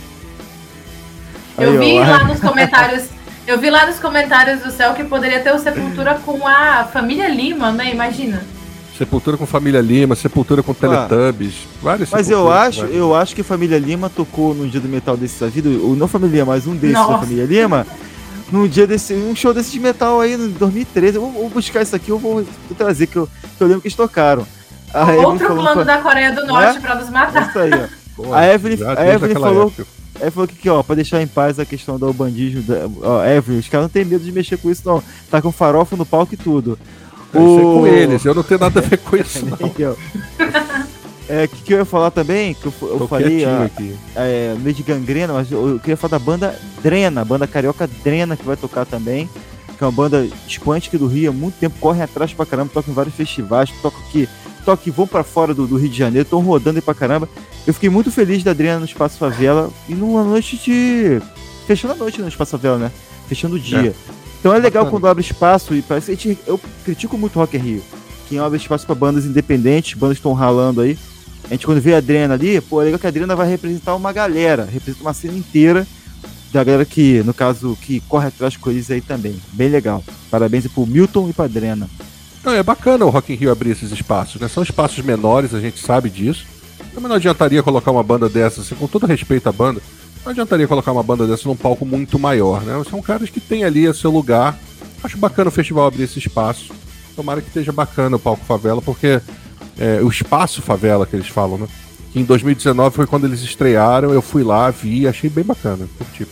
Eu Aí, vi ó. lá nos comentários, eu vi lá nos comentários do céu que poderia ter o Sepultura com a família Lima, né? Imagina. Sepultura com Família Lima, Sepultura com Teletubbies, vários Mas eu Sepulturas, acho, vários. eu acho que Família Lima tocou num dia do metal desse da vida, ou não Família Lima, mas um desses Nossa. da Família Lima, num dia desse, um show desse de metal aí em dois mil e treze. Eu vou, vou buscar isso aqui, eu vou, vou trazer, que eu, que eu lembro que eles tocaram. A Evelyn Outro falou plano pra- da Coreia do Norte Né? pra nos É matar. isso aí, ó. Pô, A Evelyn- já a desde Evelyn aquela falou- época. Aí falou que, que, ó, pra deixar em paz a questão do bandismo, da, ó, Evelyn, os caras não tem medo de mexer com isso, não. Tá com farofa no palco e tudo. É, isso é O- com eles, eu não tenho nada a ver com isso, não. Aqui, ó. É, o que, que eu ia falar também, que eu, eu Tô falei quietinho a, aqui. é, meio de gangrena, mas eu, eu queria falar da banda Drena, a banda carioca Drena, que vai tocar também, que é uma banda expoente aqui do Rio, há muito tempo, corre atrás pra caramba, toca em vários festivais, toca aqui, toca e vão pra fora do, do Rio de Janeiro, estão rodando aí pra caramba. Eu fiquei muito feliz da Drena no Espaço Favela, e numa noite de... fechando a noite no Espaço Favela, né? Fechando o dia. Então é legal Bacana. quando abre espaço, e parece a gente, eu critico muito o Rock in Rio, que abre espaço pra bandas independentes, bandas que estão ralando aí. A gente quando vê a Drena ali, pô, é legal que a Drena vai representar uma galera, representa uma cena inteira da galera que, no caso, que corre atrás com eles aí também. Bem legal. Parabéns aí pro Milton e pra Drena. Não, é bacana o Rock in Rio abrir esses espaços, né? São espaços menores, a gente sabe disso. Também não adiantaria colocar uma banda dessa, assim, com todo respeito à banda, não adiantaria colocar uma banda dessa num palco muito maior, né? São caras que têm ali o seu lugar. Acho bacana o festival abrir esse espaço. Tomara que esteja bacana o palco Favela, porque é, o espaço Favela que eles falam, né? Que em dois mil e dezenove foi quando eles estrearam, eu fui lá, vi, achei bem bacana, curti.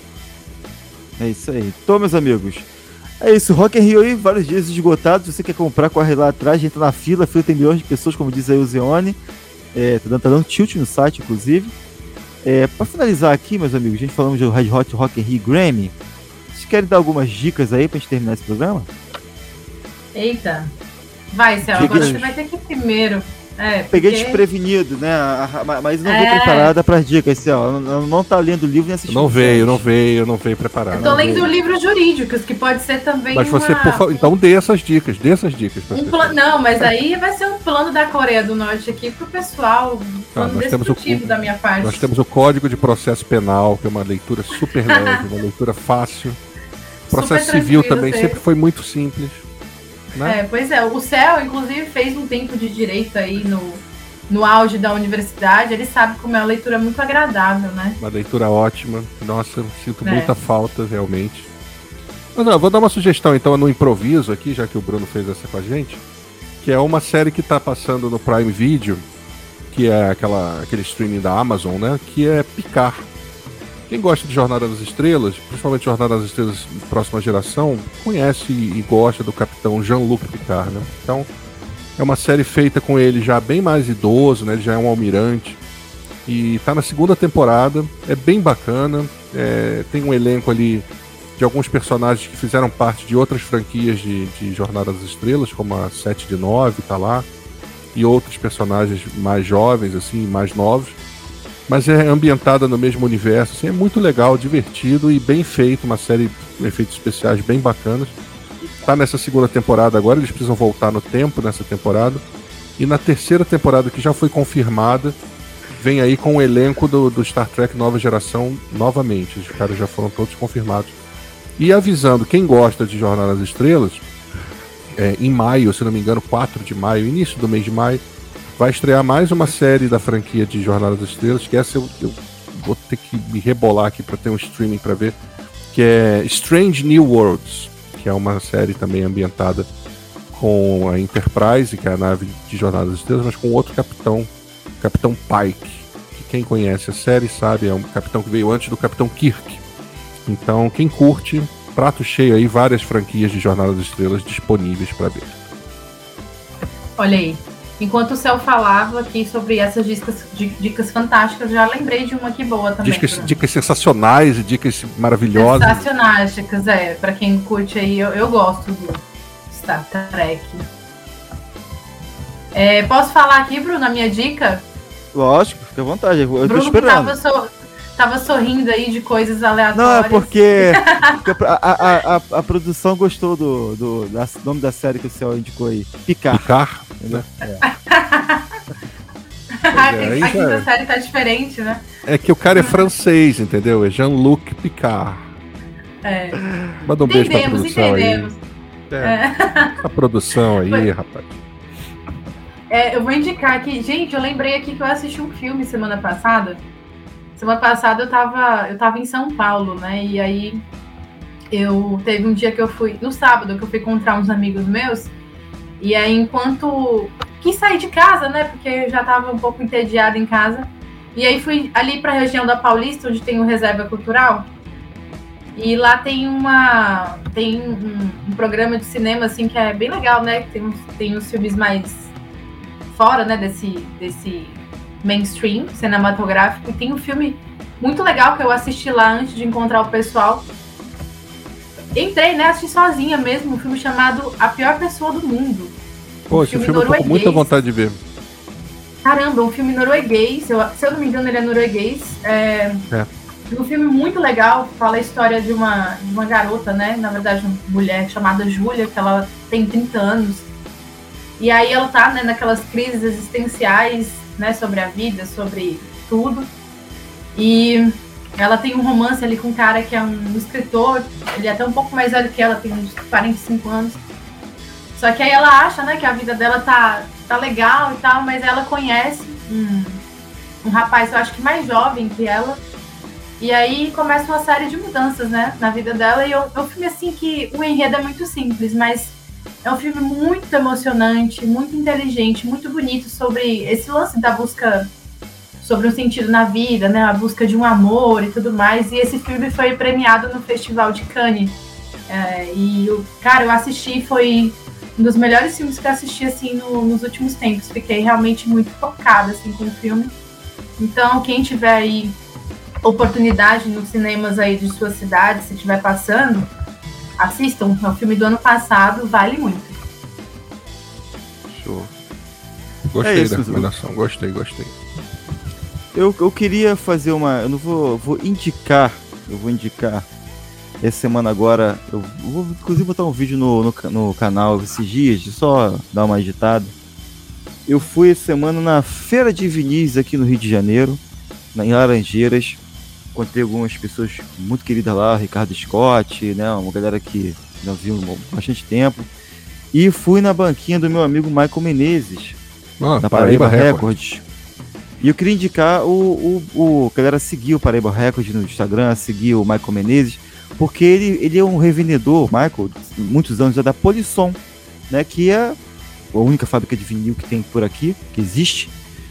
É isso aí. Então, meus amigos, é isso. Rock in Rio aí, vários dias esgotados. Se você quer comprar, corre lá atrás, entra na fila. A fila tem milhões de pessoas, como diz aí o Zeone. É, tá, dando, tá dando tilt no site, inclusive. É, pra finalizar aqui, meus amigos, a gente falamos do Red Hot Rock in Rio Grammy. Vocês querem dar algumas dicas aí pra gente terminar esse programa? Eita. Vai, Céu, Dicas. agora você vai ter que ir primeiro. É, Peguei porque- desprevenido, né? A- a- Mas não vou É. preparada pras dicas, assim, ó. Não, não tá lendo o livro nem assistindo. Não veio, séries. não veio, não veio preparado. Eu tô não lendo veio. livros jurídicos, que pode ser também Mas você, uma- por favor, então dê essas dicas, dê essas dicas pra um pessoas. pla- Não, mas aí vai ser um plano da Coreia do Norte aqui pro pessoal. Um plano nós temos o- destrutivo da minha parte. Nós temos o Código de Processo Penal, que é uma leitura super leve, uma leitura fácil. Processo Super civil tranquilo, também sei. sempre foi muito simples. Né? É, pois é, o Céu, inclusive, fez um tempo de direito aí no, no auge da universidade. Ele sabe como é uma leitura muito agradável, né? Uma leitura ótima. Nossa, eu sinto É. muita falta, realmente. Mas não, eu vou dar uma sugestão então no improviso aqui, já que o Bruno fez essa com a gente, que é uma série que está passando no Prime Video, que é aquela, aquele streaming da Amazon, né? Que é Picard. Quem gosta de Jornada das Estrelas, principalmente Jornada das Estrelas próxima geração, conhece e gosta do capitão Jean-Luc Picard, né? Então, é uma série feita com ele já bem mais idoso, né? Ele já é um almirante. E tá na segunda temporada, é bem bacana. É, tem um elenco ali de alguns personagens que fizeram parte de outras franquias de, de Jornada das Estrelas, como a sete de nove, tá lá. E outros personagens mais jovens, assim, mais novos. Mas é ambientada no mesmo universo, assim, é muito legal, divertido e bem feito, uma série com efeitos especiais bem bacanas. Tá nessa segunda temporada agora, eles precisam voltar no tempo nessa temporada. E na terceira temporada, que já foi confirmada, vem aí com o elenco do, do Star Trek Nova Geração novamente. Os caras já foram todos confirmados. E avisando, quem gosta de Jornada das Estrelas, é, em maio, se não me engano, quatro de maio, início do mês de maio, vai estrear mais uma série da franquia de Jornada das Estrelas, que essa eu, eu vou ter que me rebolar aqui para ter um streaming para ver, que é Strange New Worlds, que é uma série também ambientada com a Enterprise, que é a nave de Jornada das Estrelas, mas com outro capitão, Capitão Pike, que quem conhece a série sabe, é um capitão que veio antes do Capitão Kirk. Então, quem curte, prato cheio aí, várias franquias de Jornada das Estrelas disponíveis para ver. Olha aí. Enquanto o Céu falava aqui sobre essas dicas, dicas fantásticas, já lembrei de uma aqui boa também. Dicas, dicas sensacionais e dicas maravilhosas. Sensacionais, dicas, é. Pra quem curte aí, eu, eu gosto do Star Trek. É, posso falar aqui, Bruno, a minha dica? Lógico, fica à vontade, eu Bruno tô esperando. Que tava, so, tava sorrindo aí de coisas aleatórias. Não, é porque, porque a, a, a, a produção gostou do, do da, nome da série que o Céu indicou aí. Picard. Picard? Né? É. é, a quinta é. série tá diferente, né? É que o cara é francês, entendeu? É Jean-Luc Picard. É. Manda um beijo pra produção entendemos. aí. É. É. A produção aí, Foi. rapaz. É, eu vou indicar aqui. Gente, eu lembrei aqui que eu assisti um filme semana passada. Semana passada eu tava, eu tava em São Paulo, né? E aí eu teve um dia que eu fui, no sábado, que eu fui encontrar uns amigos meus. E aí, enquanto quis sair de casa, né? Porque eu já tava um pouco entediada em casa. E aí fui ali pra região da Paulista, onde tem o Reserva Cultural. E lá tem uma tem um, um programa de cinema, assim, que é bem legal, né? Tem uns, tem uns filmes mais fora, né, desse, desse mainstream cinematográfico. E tem um filme muito legal que eu assisti lá antes de encontrar o pessoal. Entrei, né, assisti sozinha mesmo, um filme chamado A Pior Pessoa do Mundo. Pô, um esse filme, filme eu tô com muita vontade de ver. Caramba, um filme norueguês, eu, se eu não me engano ele é norueguês. É, é. Um filme muito legal, fala a história de uma, de uma garota, né, na verdade uma mulher chamada Júlia, que ela tem trinta anos. E aí ela tá, né, naquelas crises existenciais, né, sobre a vida, sobre tudo. E ela tem um romance ali com um cara que é um escritor, ele é até um pouco mais velho que ela, tem uns quarenta e cinco anos. Só que aí ela acha, né, que a vida dela tá, tá legal e tal, mas ela conhece um, um rapaz, eu acho que mais jovem que ela. E aí começa uma série de mudanças, né, na vida dela. E é um filme, assim, que o enredo é muito simples, mas é um filme muito emocionante, muito inteligente, muito bonito sobre esse lance da busca, sobre um sentido na vida, né? A busca de um amor e tudo mais. E esse filme foi premiado no Festival de Cannes. É, e, eu, cara, eu assisti, foi um dos melhores filmes que eu assisti, assim, no, nos últimos tempos. Fiquei realmente muito tocada, assim, com o filme. Então, quem tiver aí oportunidade nos cinemas aí de sua cidade, se estiver passando, assistam, é um filme do ano passado, vale muito. Show. Gostei é isso, da recomendação, gostei, gostei. Eu, eu queria fazer uma. Eu não vou, vou indicar. Eu vou indicar. Essa semana agora. Eu vou inclusive botar um vídeo no, no, no canal esses dias, de só dar uma editada. Eu fui essa semana na Feira de Vinis aqui no Rio de Janeiro, na, em Laranjeiras. Encontrei algumas pessoas muito queridas lá, Ricardo Scott, né? Uma galera que nós vimos há bastante tempo. E fui na banquinha do meu amigo Michael Menezes, ah, na Paraíba, Paraíba Records. Records. E eu queria indicar o, o, o galera seguir o Paraíba Records no Instagram, seguir o Michael Menezes, porque ele, ele é um revendedor, Michael, muitos anos já da Polisson, né? Que é a única fábrica de vinil que tem por aqui, que existe.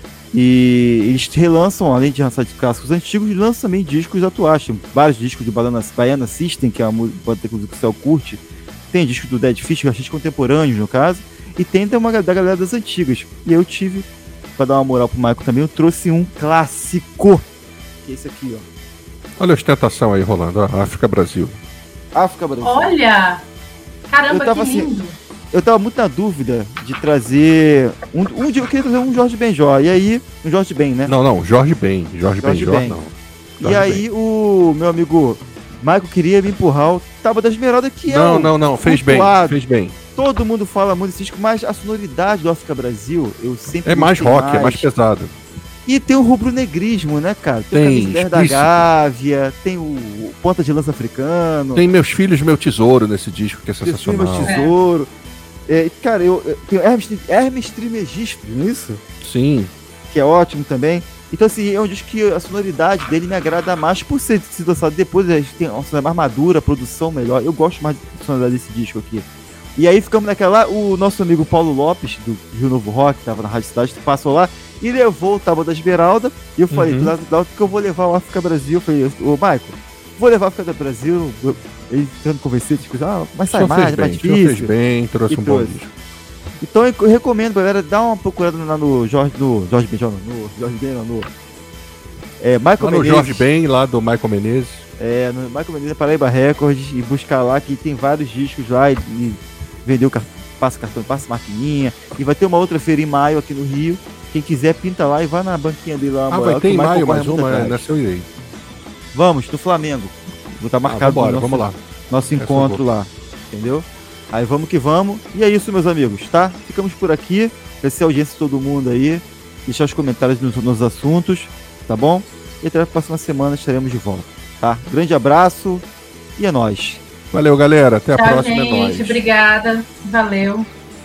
E eles relançam, além de lançar de clássicos antigos, lançam também discos atuais. Tem vários discos de Baiana, Baiana System, que é a música pode ter que o Céu curte. Tem discos do Dead Fish, artistas contemporâneos, no caso. E tem da, uma, da galera das antigas. E eu tive, pra dar uma moral pro Michael também, eu trouxe um clássico. Que é esse aqui, ó. Olha a ostentação aí rolando, ó, África Brasil. África Brasil. Olha! Caramba, tava, que lindo! Assim, eu tava muito na dúvida de trazer um, um eu queria trazer um Jorge Benjor, e aí, um Jorge Ben, né? Não, não, Jorge Ben, Jorge, Jorge Benjor Ben. não. Jorge e aí ben. O meu amigo Michael queria me empurrar o Tábua da Esmeralda, que não, é o Não, não, não, fez bem, fez bem. Todo mundo fala muito desse disco, mas a sonoridade do África Brasil, eu sempre É mais rock, mais. é mais pesado. E tem o rubro-negrismo, né, cara? Tem, tem o da Gávea, tem o, o Ponta de Lança Africano. Tem Meus Filhos, Meu Tesouro nesse disco, que é sensacional. Meus Filhos, Meu Tesouro. É. É, cara, eu, eu tenho Hermes, Hermes Trismegisto, não é isso? Sim. Que é ótimo também. Então, assim, é um disco que a sonoridade dele me agrada mais por ser se lançado depois, a gente tem uma sonoridade mais madura, a produção melhor. Eu gosto mais da sonoridade desse disco aqui. E aí ficamos naquela lá, o nosso amigo Paulo Lopes, do Rio Novo Rock, que tava na Rádio Cidade, passou lá e levou o Tábua da Esmeralda. E eu falei, uhum. lá, lá que eu vou levar o África Brasil. Eu falei, ô Michael, Vou levar a Festa do Brasil, eu- ele tentando convencer, tipo, ah, mas O sai senhor mais, fez é bem, mais o senhor fez difícil. bem, trouxe E um bom trouxe. disco. Então eu recomendo, galera, dar uma procurada lá no Jorge, no Jorge Ben, no Jorge Ben, não, no é, Michael Lá no Menezes. Jorge Ben, lá do Michael Menezes. É, no Michael Menezes Paraíba Records e buscar lá que tem vários discos lá e, e vendeu car- passa cartão, passa maquininha. E vai ter uma outra feira em maio aqui no Rio. Quem quiser, pinta lá e vai na banquinha dele lá. Ah, moral, vai que ter o em Michael maio corre mais muito uma, atrás. nessa eu irei. Vamos, no Flamengo. Vou estar Ah, marcado vambora, no nosso, vamos lá. nosso Essa encontro eu lá. Entendeu? Aí vamos que vamos. E é isso, meus amigos, tá? Ficamos por aqui. Agradecer a audiência de todo mundo aí. Deixar os comentários nos, nos assuntos, tá bom? E até a próxima semana estaremos de volta, tá? Grande abraço e é nóis. Valeu, galera. Até a Tchau, próxima. É gente. nóis. Obrigada. Valeu.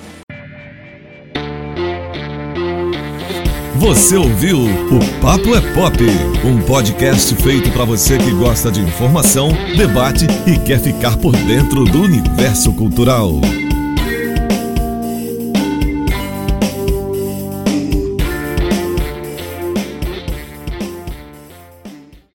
Você ouviu o Papo é Pop, um podcast feito para você que gosta de informação, debate e quer ficar por dentro do universo cultural.